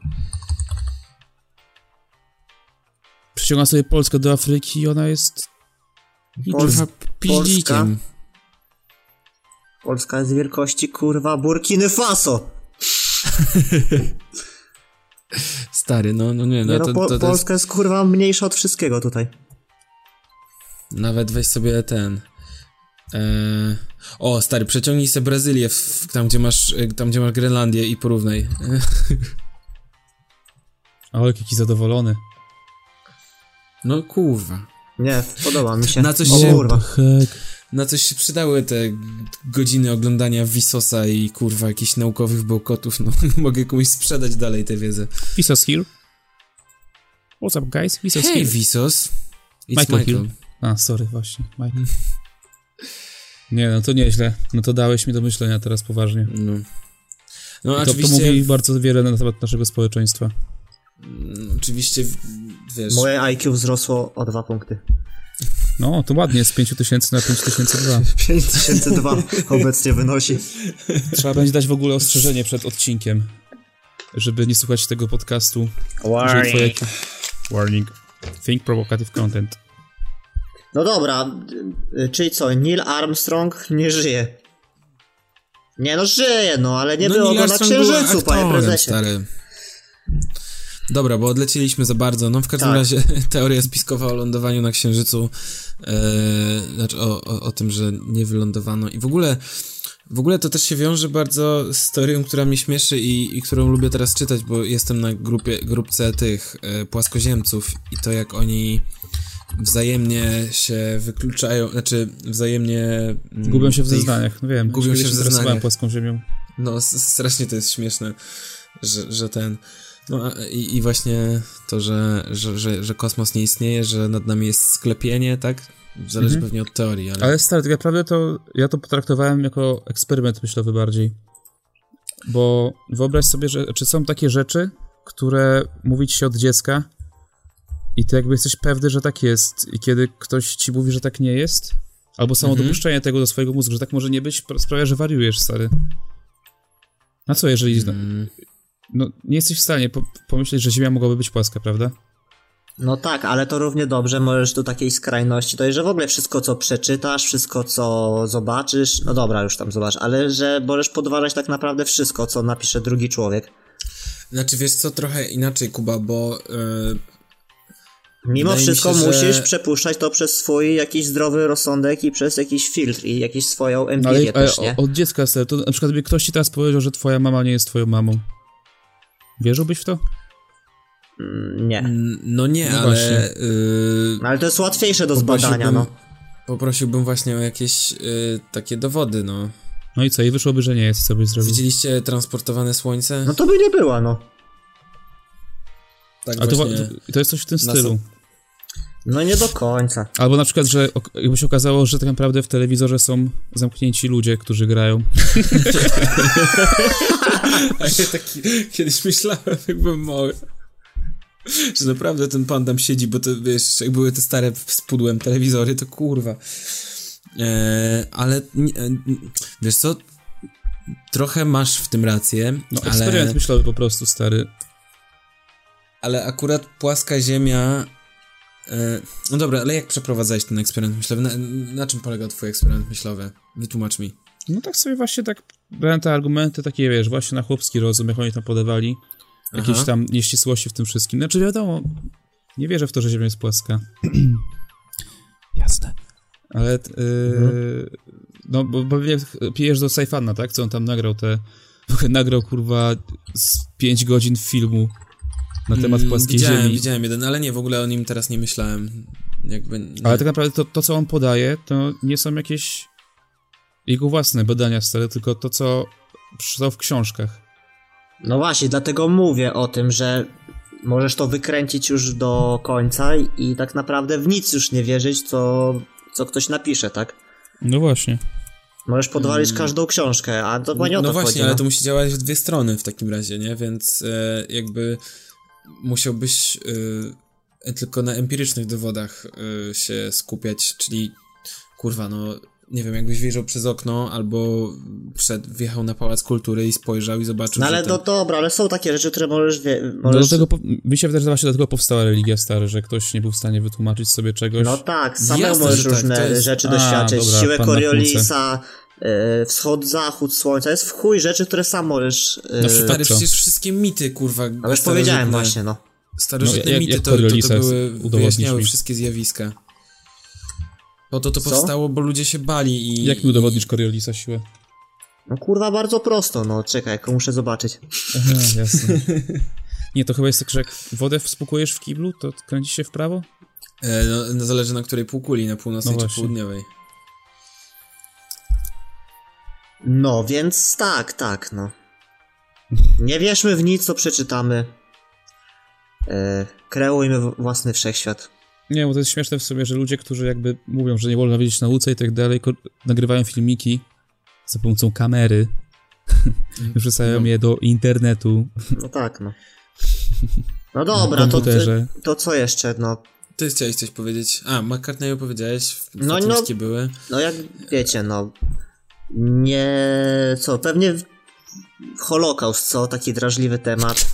Przyciąga sobie Polskę do Afryki i ona jest... Polska, Piździkiem. Polska jest wielkości, kurwa, Burkiny Faso. Stary, no, no nie, no, Nie, no to, po, to, to Polska jest... jest kurwa mniejsza od wszystkiego tutaj. Nawet weź sobie ten... Eee... O, stary, przeciągnij sobie Brazylię w, tam, gdzie masz, tam, gdzie masz Grenlandię i porównaj. Ale jaki zadowolony. No kurwa. Nie, podoba mi się. Na coś o się- kurwa. Heck. Na coś się przydały te godziny oglądania Wisosa i kurwa jakichś naukowych bełkotów, no mogę komuś sprzedać dalej tę wiedzę. Visos here. What's up, guys? Visos Hej, here. Wisos. It's Michael Michael. Hill. A, sorry, właśnie. Michael. Nie, no to nieźle. No to dałeś mi do myślenia teraz poważnie. No, no I to, to oczywiście... mówi bardzo wiele na temat naszego społeczeństwa. mm, Oczywiście, wiesz... Moje I Q wzrosło o dwa punkty. No, to ładnie, z pięć tysięcy na pięć tysięcy dwa. pięć tysięcy dwa obecnie wynosi. Trzeba będzie dać w ogóle ostrzeżenie przed odcinkiem, żeby nie słuchać tego podcastu. Jeżeli twoje... Warning. Think provocative content. No dobra, y, czyli co, Neil Armstrong nie żyje. Nie no, żyje, no, ale nie No, było Neil go na Armstrong był Księżycu, panie aktorem, prezesie. stary. Dobra, bo odlecieliśmy za bardzo. No w każdym Tak. razie teoria spiskowa o lądowaniu na Księżycu, e, znaczy o, o, o tym, że nie wylądowano i w ogóle w ogóle to też się wiąże bardzo z teorią, która mnie śmieszy i, i którą lubię teraz czytać, bo jestem na grupie, grupce tych e, płaskoziemców i to jak oni wzajemnie się wykluczają, znaczy wzajemnie... mm, Gubią się w tych- zeznaniach, no wiem. Gubią kiedyś się w interesowałem zeznaniach. płaską ziemią. No, s- strasznie to jest śmieszne, że, że ten... No a- i, i właśnie to, że, że, że, że kosmos nie istnieje, że nad nami jest sklepienie, tak? Zależy Mhm. pewnie od teorii, ale... Ale stary, tak naprawdę to ja to potraktowałem jako eksperyment myślowy bardziej. Bo wyobraź sobie, że czy są takie rzeczy, które mówi ci się od dziecka i ty jakby jesteś pewny, że tak jest i kiedy ktoś ci mówi, że tak nie jest, albo samo Mhm. dopuszczenie tego do swojego mózgu, że tak może nie być, sprawia, że wariujesz, stary. Na co jeżeli... Mm, No, nie jesteś w stanie po- pomyśleć, że Ziemia mogłaby być płaska, prawda? No tak, ale to równie dobrze możesz do takiej skrajności, to jest, że w ogóle wszystko, co przeczytasz, wszystko, co zobaczysz, no dobra, już tam zobacz, ale że możesz podważać tak naprawdę wszystko, co napisze drugi człowiek. Znaczy, wiesz co, trochę inaczej, Kuba, bo... Yy, Mimo Wydaje mi wszystko się, że- musisz przepuszczać to przez swój jakiś zdrowy rozsądek i przez jakiś filtr i jakąś swoją No, empirię ale, ale też, nie? o- od dziecka, stary, to na przykład gdyby ktoś ci teraz powiedział, że twoja mama nie jest twoją mamą. Wierzyłbyś w to? Mm, Nie. n- no nie, No ale... właśnie. Yy, No ale to jest łatwiejsze do zbadania, no. Poprosiłbym właśnie o jakieś yy, takie dowody, no. No i co? I wyszłoby, że nie jest, co byś zrobił. Widzieliście transportowane słońce? No to by nie była, no. Tak A to, właśnie... to, to jest coś w tym na stylu. No nie do końca. Albo na przykład, że ok- jakby się okazało, że tak naprawdę w telewizorze są zamknięci ludzie, którzy grają. A ja taki kiedyś myślałem, jak byłem mały, że naprawdę ten pan tam siedzi, bo to wiesz, jak były te stare z pudłem telewizory, to kurwa. Eee, ale nie, e, wiesz co, trochę masz w tym rację, No, ale, eksperyment myślowy po prostu, stary. ale akurat płaska ziemia... E, no dobra, ale jak przeprowadzałeś ten eksperyment myślowy? Na, na czym polegał twój eksperyment myślowy? Wytłumacz mi. No tak sobie właśnie tak brałem te argumenty takie, wiesz, właśnie na chłopski rozum, jak oni tam podawali. Jakieś Aha. tam nieścisłości w tym wszystkim. Znaczy wiadomo, nie wierzę w to, że Ziemia jest płaska. Jasne. Ale yy, Mhm. no, bo bo pewnie pijesz do Saifana, tak? Co on tam nagrał te... Nagrał, kurwa, z pięć godzin filmu na temat Mm, płaskiej widziałem, Ziemi. Widziałem jeden, ale nie, w ogóle o nim teraz nie myślałem. jakby... Nie. Ale tak naprawdę to, to, co on podaje, to nie są jakieś jego własne badania stare, tylko to, co przeczytał w książkach. No właśnie, dlatego mówię o tym, że możesz to wykręcić już do końca i tak naprawdę w nic już nie wierzyć, co, co ktoś napisze, tak? No właśnie. Możesz podwalić Hmm. każdą książkę, a to chyba nie o to No właśnie, chodzi, ale no. to musi działać w dwie strony w takim razie, nie? Więc e, jakby musiałbyś e, tylko na empirycznych dowodach e, się skupiać, czyli kurwa, no nie wiem, jakbyś wjechał przez okno albo przed, wjechał na Pałac Kultury i spojrzał i zobaczył, No ale że no tam... dobra, ale są takie rzeczy, które możesz... Wie, No możesz... do tego, po- mi się wydaje, że właśnie dlatego powstała religia stara, że ktoś nie był w stanie wytłumaczyć sobie czegoś. No tak, same Jasne, możesz że tak, różne to jest- rzeczy A, doświadczyć. dobra, Siłę pan na Coriolisa, y, wschód, zachód słońca. Jest w chuj rzeczy, które sam możesz... Y, Na Stary, przykład co? przecież wszystkie mity, kurwa, ale już starożytne- powiedziałem właśnie, no. Starożytne No, jak- mity jak to, to, to Coriolisa były, udowodnisz wyjaśniały mi. wszystkie zjawiska. Po to to Co? powstało, bo ludzie się bali i... Jak mi udowodnisz Coriolisa siłę? No kurwa, bardzo prosto, no czekaj, tylko muszę zobaczyć. Aha, jasne. Nie, to chyba jest tak, że jak wodę wspłukujesz w kiblu, to kręci się w prawo? E, no, no, zależy na której półkuli, na północnej No czy właśnie. południowej. No, więc tak, tak, no. Nie wierzmy w nic, co przeczytamy. E, kreujmy w- własny wszechświat. Nie, bo to jest śmieszne w sobie, że ludzie, którzy jakby mówią, że nie wolno wiedzieć nauce i tak dalej, ko- nagrywają filmiki za pomocą kamery, wrzucają No. je do internetu, No tak, no. No na dobra, to, komputerze. to co jeszcze, no. Ty chciałeś coś powiedzieć? A, McCartney opowiedziałeś, No, no, no. były. No jak wiecie, no. Nie... Co, pewnie w- Holokaust, co? Taki drażliwy temat.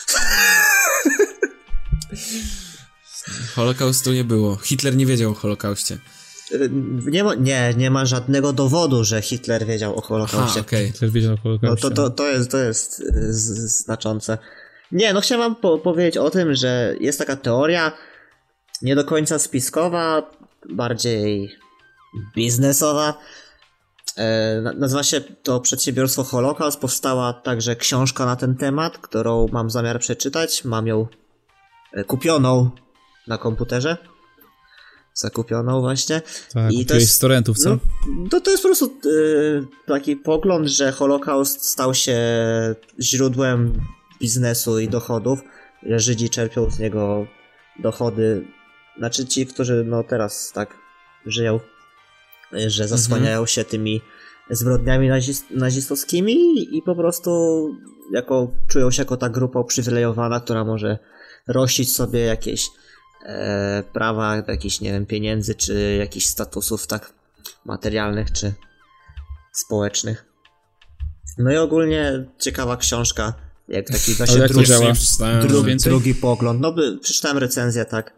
Holokaustu nie było. Hitler nie wiedział o Holokauście. Y, Nie ma, nie, nie ma żadnego dowodu, że Hitler wiedział o Aha, Holokauście. okej. Też wiedział o No Holokauście. to, to, to jest, to jest y, z- znaczące. Nie, no chciałem wam po- powiedzieć o tym, że jest taka teoria nie do końca spiskowa, bardziej biznesowa. E, na- nazywa się to Przedsiębiorstwo Holokaust. Powstała także książka na ten temat, którą mam zamiar przeczytać. Mam ją e, kupioną na komputerze. Zakupioną właśnie. Tak, i to kupiłeś jest- z torrentów, co? No, to, to jest po prostu y, taki pogląd, że Holokaust stał się źródłem biznesu i dochodów, że Żydzi czerpią z niego dochody, znaczy ci, którzy no teraz tak żyją, y, że zasłaniają się tymi zbrodniami nazist- nazistowskimi i po prostu jako, czują się jako ta grupa uprzywilejowana, która może rościć sobie jakieś e, prawa, jakichś, nie wiem, pieniędzy, czy jakichś statusów tak materialnych, czy społecznych. No i ogólnie ciekawa książka, jak taki właśnie jak to drugi, działa? Przeczytałem, drugi, więcej? drugi pogląd. No by, przeczytałem recenzję, tak.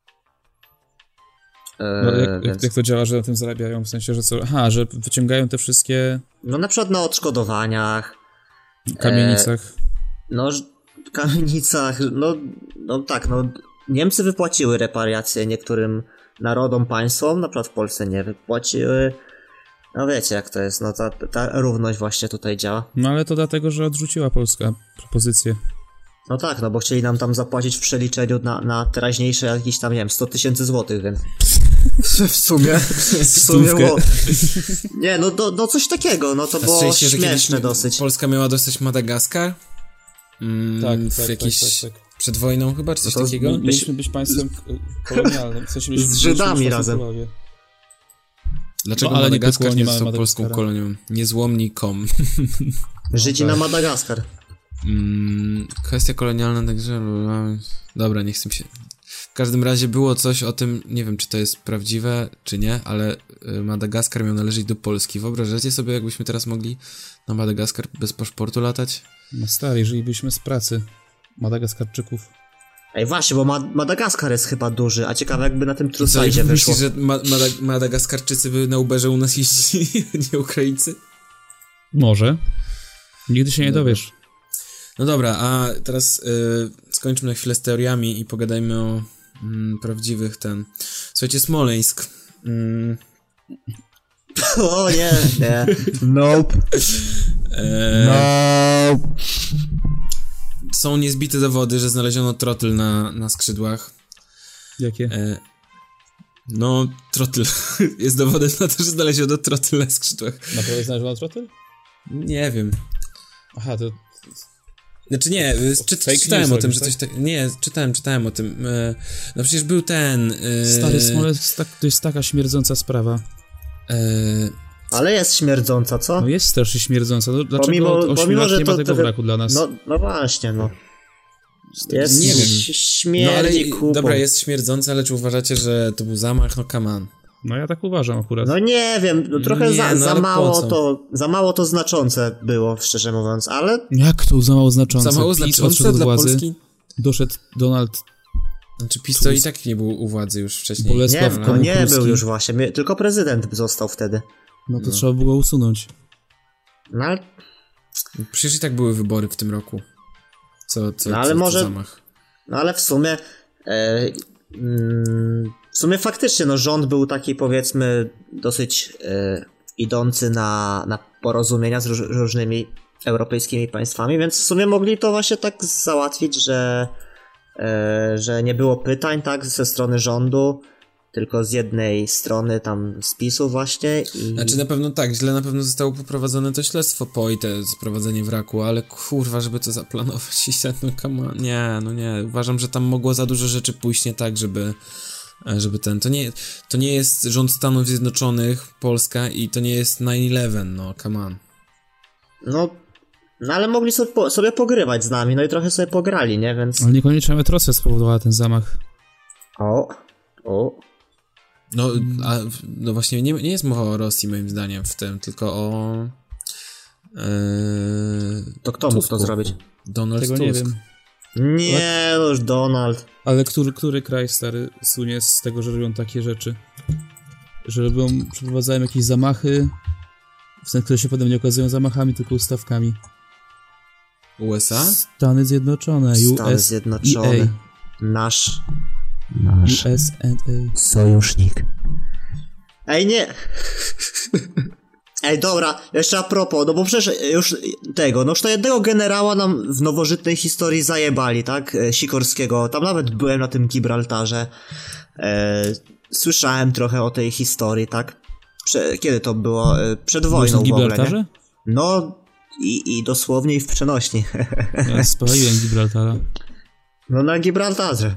E, No, jak, jak, więc, jak to działa, że na tym zarabiają? W sensie, że co? Aha, że wyciągają te wszystkie no na przykład na odszkodowaniach, kamienicach. no ż- kamienicach, no, no tak, no Niemcy wypłaciły reparacje niektórym narodom, państwom, na przykład w Polsce nie wypłaciły. No wiecie jak to jest, no ta, ta równość właśnie tutaj działa. No ale to dlatego, że odrzuciła Polska propozycję. No tak, no bo chcieli nam tam zapłacić w przeliczeniu na, na teraźniejsze jakieś tam, nie wiem, sto tysięcy złotych, więc... w sumie, w sumie Stówkę. było... Nie, no, no, no coś takiego, no to A było słyszeliście, że kiedyś śmieszne dosyć. Polska miała dostać Madagaskar? Mm, Tak, w tak, jakiś... tak, tak, tak. Przed wojną chyba, czy coś No to takiego? mi- Mieliśmy być państwem kolonialnym. W sensie mieliśmy, Z Żydami mieliśmy być razem. kolonie. Dlaczego No, ale nie Madagaskar pykło, nie nie mamy został polską Madagaskara. kolonią? Niezłomni kropka com. Żydzi tak. na Madagaskar. Mm, kwestia kolonialna, także... Dobra, nie chcę mi się... W każdym razie było coś o tym, nie wiem czy to jest prawdziwe, czy nie, ale y, Madagaskar miał należeć do Polski. Wyobrażacie sobie, jakbyśmy teraz mogli na Madagaskar bez paszportu latać? No stary, żylibyśmy z pracy Madagaskarczyków. Ej, właśnie, bo Ma- Madagaskar jest chyba duży, a ciekawe jakby na tym Co, Trusajdzie wyszło. myślisz, że ma- Madag- Madagaskarczycy by na Uberze u nas jeździli, nie Ukraińcy? Może. Nigdy się nie Dobra. dowiesz. No dobra, a teraz y, skończmy na chwilę z teoriami i pogadajmy o mm, prawdziwych ten... Słuchajcie, Smoleńsk. Mm, O nie, nie. Nope. e, Nope. Są niezbite dowody, że znaleziono trotyl na, na skrzydłach. Jakie? E, No, trotyl. Jest dowodem na to, że znaleziono trotyl na skrzydłach. Naprawdę znaleziono trotyl? Nie wiem. Aha, to... Znaczy nie, czy, Fake czytałem news o tym, robisz, że coś tak... Nie, czytałem, czytałem o tym. E, no przecież był ten... E, Stary Smolesk, tak, to jest taka śmierdząca sprawa. E, Ale jest śmierdząca, co? No jest strasznie śmierdząca. No, dlaczego Pomimo- od ośmiu pomimo, lat że nie ma to tego trochę- wraku dla nas? No, no właśnie, no. Jest, nie wiem. ś- śmierdzi no ale kupą. dobra, jest śmierdzące, ale czy uważacie, że to był zamach? No come on. No ja tak uważam akurat. No nie wiem, no trochę Nie, za, no za ale po mało co? to, za mało to znaczące było, szczerze mówiąc, ale Jak to za mało znaczące? Za mało PiS znaczące odszedł od dla władzy, Polski? doszedł Donald Znaczy PiS to i tak nie był u władzy już wcześniej. Bolesław nie, no Komuchowski. nie był już właśnie, mie- tylko prezydent został wtedy. No to trzeba było go usunąć. No ale, Przecież i tak były wybory w tym roku. Co, co, No, ale co, może- co zamach. no ale w sumie, e, mm, w sumie faktycznie, no rząd był taki, powiedzmy, dosyć e, idący na, na porozumienia z róż, różnymi europejskimi państwami, więc w sumie mogli to właśnie tak załatwić, że, e, że nie było pytań, tak, ze strony rządu, tylko z jednej strony tam z PiSu właśnie i... Znaczy na pewno tak, źle na pewno zostało poprowadzone to śledztwo po i te sprowadzenie wraku, ale kurwa, żeby to zaplanować i ten, no come on, nie, no nie, uważam, że tam mogło za dużo rzeczy pójść nie tak, żeby, żeby ten, to nie, to nie jest rząd Stanów Zjednoczonych, Polska i to nie jest nine eleven, no come on. No, no ale mogli sobie, po, sobie pogrywać z nami, no i trochę sobie pograli, nie, więc... Ale niekoniecznie nawet Rosja spowodowała ten zamach. O, o... No, a, no właśnie nie, nie jest mowa o Rosji moim zdaniem w tym, tylko o... Yy, To kto mógł Tusku. to zrobić? Donald Tego Tusk. nie wiem. Nie, no już Donald. Ale który, który kraj, stary, słynie z tego, że robią takie rzeczy? Że robią, przeprowadzają jakieś zamachy, w sensie, które się potem nie okazują zamachami, tylko ustawkami. U S A? Stany Zjednoczone, Stany U S Zjednoczone. Nasz... Nasz... U S A. sojusznik. Ej, nie! Ej, dobra, jeszcze a propos, no bo przecież już tego, no już to jednego generała nam w nowożytnej historii zajebali, tak? E, Sikorskiego, tam nawet byłem na tym Gibraltarze. E, słyszałem trochę o tej historii, tak? Prze- kiedy to było? E, przed wojną Byłeś na w ogóle, Gibraltarze? nie? No, i, i dosłownie i w przenośni. Ja spaliłem Gibraltara. No na Gibraltarze.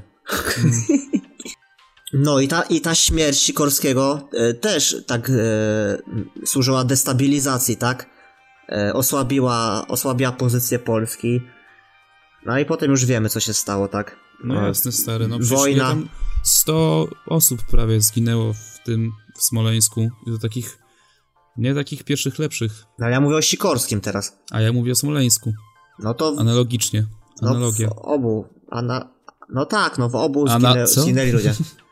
No i ta, i ta śmierć Sikorskiego e, też tak e, służyła destabilizacji, tak? E, osłabiła, osłabiła pozycję Polski. No i potem już wiemy, co się stało, tak? No E, jasne, stary, no przecież Wojna. ile tam sto osób prawie zginęło w tym, w Smoleńsku. I to takich, nie takich pierwszych, lepszych. No ale ja mówię o Sikorskim teraz. A ja mówię o Smoleńsku. No to Analogicznie. no, Analogia. w obu. Ana, no tak, no w obu Ana- zginę, co? zginęli ludzie.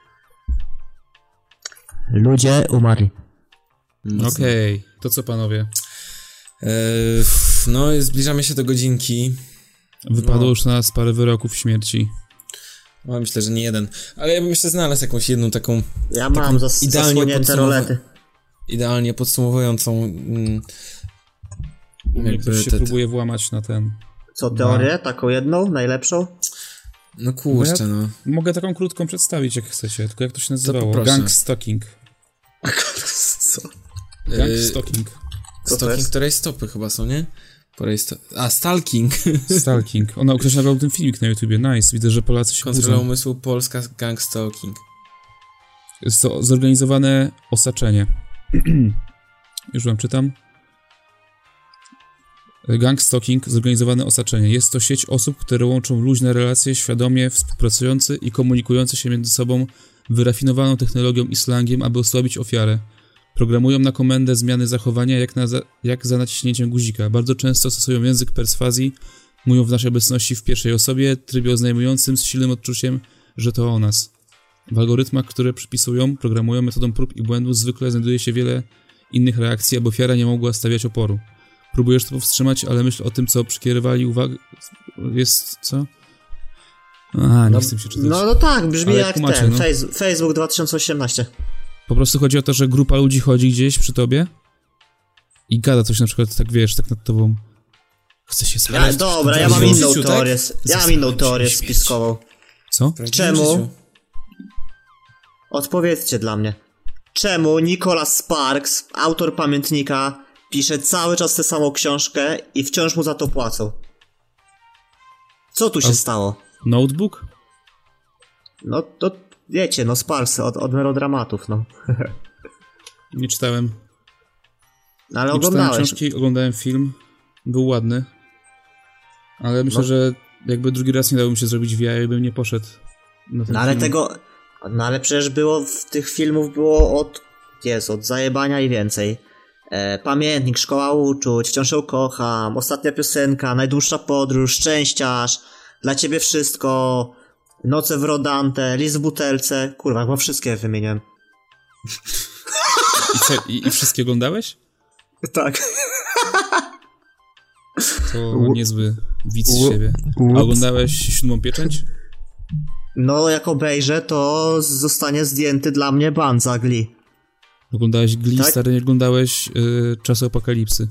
Ludzie umarli. Okej, to co panowie? E, no, zbliżamy się do godzinki. Wypadło No. już na nas parę wyroków śmierci. No, myślę, że nie jeden. Ale ja bym jeszcze znalazł jakąś jedną taką Ja mam zas- idealnie zasłonięte podsumowa- rolety. idealnie podsumowującą mm, U mnie jakby ktoś się te- te- próbuje włamać na ten. Co, teorię? Taką jedną? Najlepszą? No kurczę, no. Mogę taką krótką przedstawić, jak chcecie, tylko jak to się nazywało? poproszę. Gang stalking. Co? Gang Yy, stalking. Co to Stalking, jest? to rejstopy chyba są, nie? Po rejsto- A, stalking. Stalking. Ona, ktoś nagrał ten filmik na YouTubie, nice. Widzę, że Polacy się Kontrola budzą. umysłu, Polska, gang stalking. Jest to zorganizowane osaczenie. Już wam czytam. Gang stalking, zorganizowane osaczenie. Jest to sieć osób, które łączą luźne relacje, świadomie współpracujące i komunikujące się między sobą wyrafinowaną technologią i slangiem, aby osłabić ofiarę. Programują na komendę zmiany zachowania jak, na za, jak za naciśnięciem guzika. Bardzo często stosują język perswazji, mówią w naszej obecności w pierwszej osobie, trybie oznajmującym z silnym odczuciem, że to o nas. W algorytmach, które przypisują, programują metodą prób i błędów, zwykle znajduje się wiele innych reakcji, aby ofiara nie mogła stawiać oporu. Próbujesz to powstrzymać, ale myśl o tym, co przykierowali uwagę... Jest... co? A, nie No, chcę się czytać. no, no tak, brzmi Ale jak tłumaczę, ten, no. Face, Facebook dwa tysiące osiemnaście. Po prostu chodzi o to, że grupa ludzi chodzi gdzieś przy tobie i gada coś na przykład, tak wiesz, tak nad tobą. Chce się Ja, sprawdzić. dobra, ja w mam prawdziwym inną życiu, teorię. tak? Ja mam inną teorię spiskową. Co? W prawdziwym Czemu? życiu. Odpowiedzcie dla mnie. Czemu Nicholas Sparks, autor Pamiętnika, pisze cały czas tę samą książkę i wciąż mu za to płacą? Co tu się A... stało? Notebook? No to wiecie, no Sparks od, od melodramatów, no. Nie czytałem. Ale Nie oglądałeś. czytałem książki, oglądałem film. Był ładny. Ale myślę, No. że jakby drugi raz nie dało mi się zrobić w jaja, bym nie poszedł na ten No ale film. tego... No ale przecież było, w tych filmów było od... Jest, od zajebania i więcej. E, Pamiętnik, Szkoła Uczuć, Wciąż ją kocham, Ostatnia piosenka, Najdłuższa podróż, Szczęściarz, Dla ciebie wszystko, Noce w Rodantę, List w butelce. Kurwa, chyba wszystkie wymieniłem. I, co, i, I wszystkie oglądałeś? Tak. To niezły widz z siebie. A oglądałeś Siódmą pieczęć? No, jak obejrzę, to zostanie zdjęty dla mnie ban za Glee. Oglądałeś Glee, Tak? stary, nie oglądałeś y, Czasu Apokalipsy.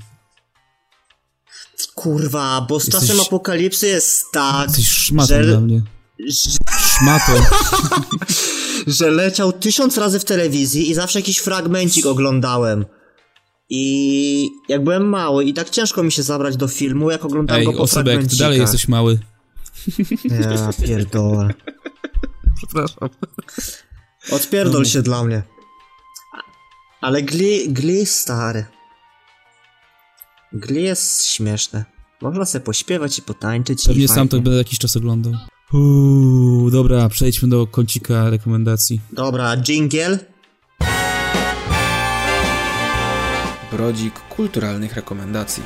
Kurwa, bo z Jesteś- czasem apokalipsy jest tak, Jesteś szmatą że- dla mnie. że, Szmatą. że leciał tysiąc razy w telewizji i zawsze jakiś fragmencik oglądałem. I jak byłem mały i tak ciężko mi się zabrać do filmu, jak oglądałem Ej, go po Osobek, ty fragmencikach. dalej jesteś mały. Ja pierdolę. Przepraszam. Odpierdol No. się dla mnie. Ale Glee, Glee stary. Glee jest śmieszne. Można sobie pośpiewać i potańczyć. Pewnie i sam to fajnie. będę jakiś czas oglądał. Uuu, dobra, przejdźmy do kącika rekomendacji. Dobra, dżingiel. Brodzik kulturalnych rekomendacji.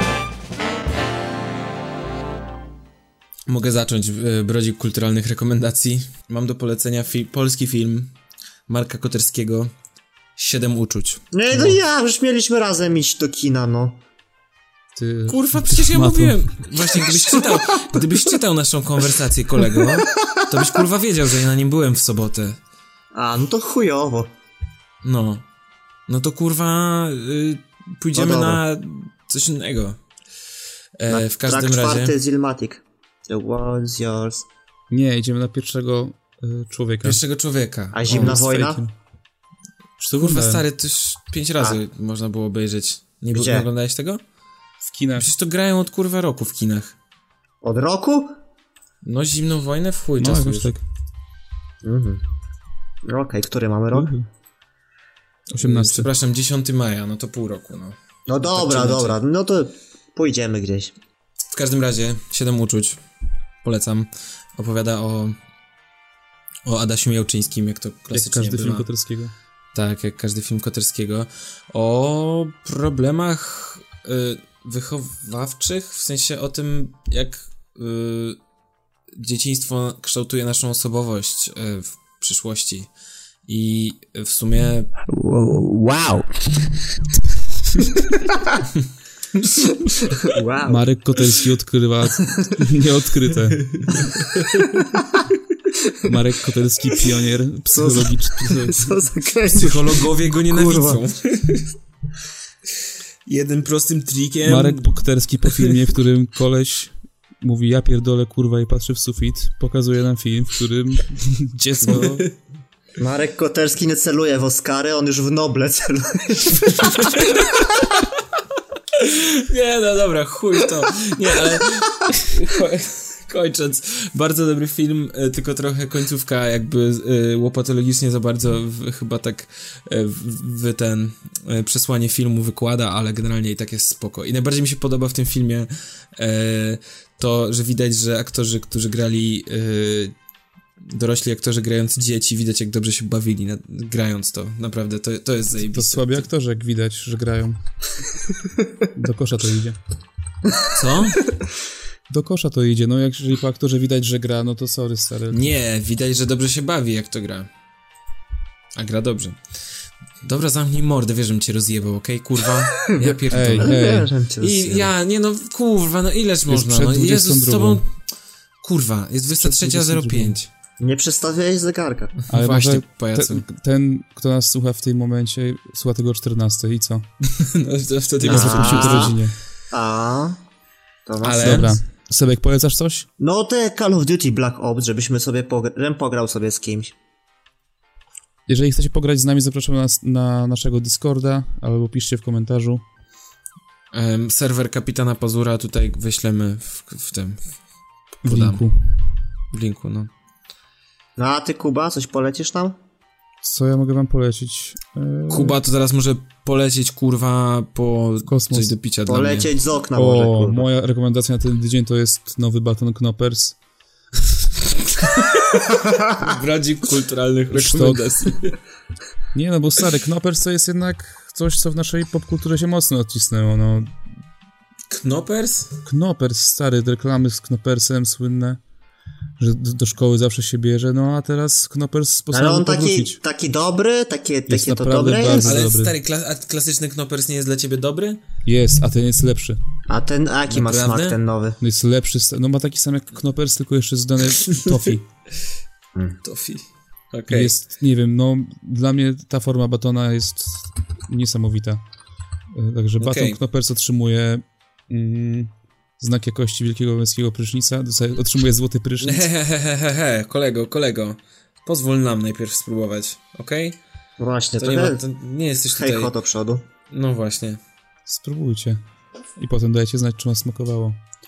Mogę zacząć e, brodzik kulturalnych rekomendacji. Mam do polecenia fi- polski film Marka Koterskiego Siedem uczuć. Nie, no ja, już mieliśmy razem iść do kina, no. Ty... Kurwa, przecież ja Szmato. mówiłem. Właśnie, gdybyś czytał, gdybyś czytał naszą konwersację, kolego, to byś kurwa wiedział, że ja na nim byłem w sobotę. A, no to chujowo. No. No to kurwa y, pójdziemy No dobra. na coś innego. E, Na w każdym track razie. czwarty Zilmatic. The world's yours. Nie, idziemy na pierwszego y, człowieka. Pierwszego człowieka. A Zimna O, z wojna? fejkiem. Czy to Kurwa oglądałem? stary, to już pięć razy można było obejrzeć. Nie, było- Gdzie? nie oglądałeś tego? W kinach. Przecież to grają od kurwa roku w kinach. Od roku? No zimną wojnę w chuj No, czasu jakoś już. tak. Mhm. Okej, który mamy rok? Mhm. osiemnasty. Przepraszam, dziesiątego maja, no to pół roku, no. No dobra, czy dobra, no to pójdziemy gdzieś. W każdym razie, Siedem uczuć, polecam. Opowiada o o Adasiu Miałczyńskim, jak to Jak klasycznie każdy bywa. film Koterskiego. Tak, jak każdy film Koterskiego. O problemach y, wychowawczych, w sensie o tym, jak y, dzieciństwo kształtuje naszą osobowość y, w przyszłości. I w sumie Wow. Wow. Marek Koterski odkrywa nieodkryte. Marek Koterski, pionier psychologiczny. Co za kręć? psychologowie go nienawidzą. Kurwa. Jednym prostym trikiem. Marek Koterski po filmie, w którym koleś mówi ja pierdolę kurwa i patrzy w sufit, pokazuje nam film, w którym dziecko... Marek Koterski nie celuje w Oscary, on już w Noble celuje. Nie, no dobra, chuj w to. Nie, ale ko- kończąc, bardzo dobry film, e, tylko trochę końcówka jakby e, łopatologicznie za bardzo w, chyba tak e, w, w ten e, przesłanie filmu wykłada, ale generalnie i tak jest spoko. I najbardziej mi się podoba w tym filmie e, to, że widać, że aktorzy, którzy grali e, dorośli aktorzy grający dzieci, widać jak dobrze się bawili na, grając to. Naprawdę, to, to jest To zajebiste. słabi aktorzy, jak widać, że grają. Do kosza to idzie. Co? Do kosza to idzie, no jak jeżeli po aktorze widać, że gra, no to sorry stary. Nie, widać, że dobrze się bawi, jak to gra. A gra dobrze. Dobra, zamknij mordę, wiesz, żebym cię rozjebał, okej, kurwa? Ja Ej, pierdolę. ej. I ja, nie no, kurwa, no ileż można, przed no Jezus, z dwudziestą tobą... drugą. Kurwa, jest dwudziesta trzecia zero pięć. Nie przestawiałeś zegarka. Ale Właśnie, może pajacu. ten, ten, kto nas słucha w tym momencie, słucha tego o czternastej i co? No, to wtedy A. jest Zaprosił A. to rodzinie. A, to ma Ale- sens. Dobra. Sebek, polecasz coś? No te Call of Duty Black Ops, żebyśmy sobie pogra- żebym pograł sobie z kimś. Jeżeli chcecie pograć z nami, zapraszam nas na naszego Discorda, albo piszcie w komentarzu. Um, serwer Kapitana Pazura tutaj wyślemy w, w tym... W podam. linku. W linku, no. No a ty, Kuba, coś polecisz tam? Co ja mogę wam polecić? Eee... Kuba to zaraz może polecieć, kurwa, po Kosmos. coś do picia dla mnie. Polecieć z okna może, O, kurwa. moja rekomendacja na ten tydzień to jest nowy baton Knoppers. Bradzik kulturalnych Sztok. rekomendacji. Nie no, bo stary, Knoppers to jest jednak coś, co w naszej popkulturze się mocno odcisnęło, no. Knoppers? Knoppers, stary, reklamy z Knoppersem słynne, że do, do szkoły zawsze się bierze, no a teraz Knoppers Ale postanowił on taki, powrócić. taki dobry, takie, takie to naprawdę dobre bardzo jest? Ale dobry. stary, kla- a klasyczny Knoppers nie jest dla ciebie dobry? Jest, a ten jest lepszy. A ten, a jaki ma Naprawdę? smak ten nowy? No jest lepszy, sta- no ma taki sam jak Knoppers, tylko jeszcze z dodany toffee. Tofi. Okej. Jest, nie wiem, no dla mnie ta forma batona jest niesamowita. E, Także baton Okej. Knoppers otrzymuje mm, znak jakości wielkiego męskiego prysznica, dostaje- otrzymuje złoty prysznic. Hehehehe, kolego, kolego. Pozwól nam najpierw spróbować, okej? Właśnie, To to nie ma, nie to nie jesteś tutaj... hej ho do przodu. No właśnie. Spróbujcie. I potem dajcie znać, czy wam smakowało.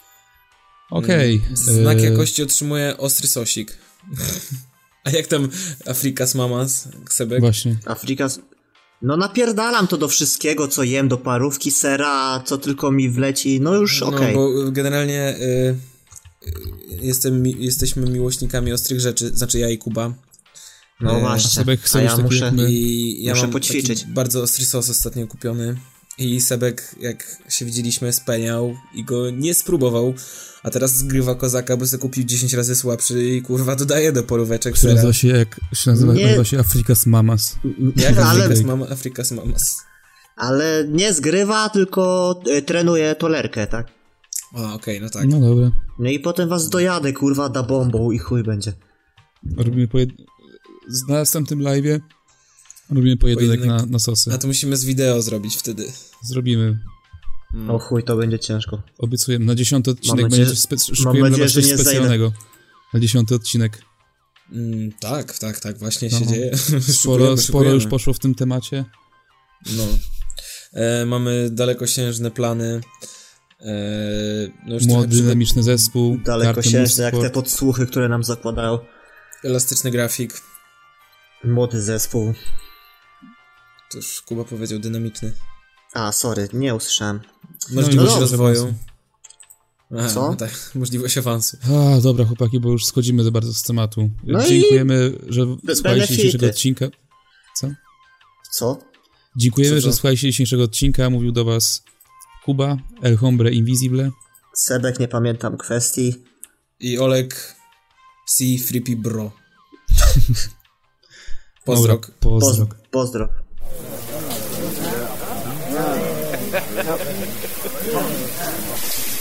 Okej. Mm, Znak e, jakości otrzymuje ostry sosik. A jak tam Afrikas Mamas, Sebek? Właśnie. Afryka... No napierdalam to do wszystkiego, co jem, do parówki, sera, co tylko mi wleci, no już okej. No, bo generalnie y, y, jestem, mi, jesteśmy miłośnikami ostrych rzeczy, znaczy ja i Kuba. No e, właśnie, Sebek chce a być ja taki muszę... jak my. I ja Muszę mam poćwiczyć. taki bardzo ostry sos ostatnio kupiony. I Sebek, jak się widzieliśmy, speniał i go nie spróbował. A teraz zgrywa kozaka, bo sobie kupił dziesięć razy słabszy i kurwa dodaje do poróweczek Który sera. nazywa się, jak się nazywa, Nie. nazywa się Afrikas Mamas. Jak ale, Afrikas Mama, Afrikas Mamas. ale nie zgrywa, tylko y, trenuje tolerkę, tak? A, okej, no tak. No dobra. No i potem was dojadę, kurwa, da bombą i chuj będzie. Robimy pojed... Na następnym live'ie robimy pojedynek, Pojedynek. Na, na sosy. A to musimy z wideo zrobić wtedy. Zrobimy. O chuj, to będzie ciężko. Obiecujemy. Na dziesiąty odcinek nadzieję, będzie coś spe... mam szykujemy nadzieję, dla was coś że nie specjalnego. Na dziesiąty odcinek. Mm, tak, tak, tak, właśnie No. się dzieje. Sporo, Szykujemy, sporo już szykujemy. poszło w tym temacie. No. E, mamy dalekosiężne plany. E, no już trochę Młody, przygo- dynamiczny zespół. Dalekosiężne, jak te Karty podsłuchy, które nam zakładają. elastyczny grafik. Młody zespół. To już Kuba powiedział dynamiczny. A, sorry, nie usłyszałem. Możliwość no, rozwoju. Aha, Co? no tak, możliwość awansu. A, dobra chłopaki, bo już schodzimy za bardzo z tematu. No i Dziękujemy, że słuchaliście benefity. dzisiejszego odcinka. Co? Co? Dziękujemy, Co, że co? słuchaliście dzisiejszego odcinka. Mówił do was Kuba, El Hombre Invisible. Sebek, nie pamiętam kwestii. I Oleg C. Frippy Bro. Pozdrok. Dobra, Poz- pozdrok. pozdro. No.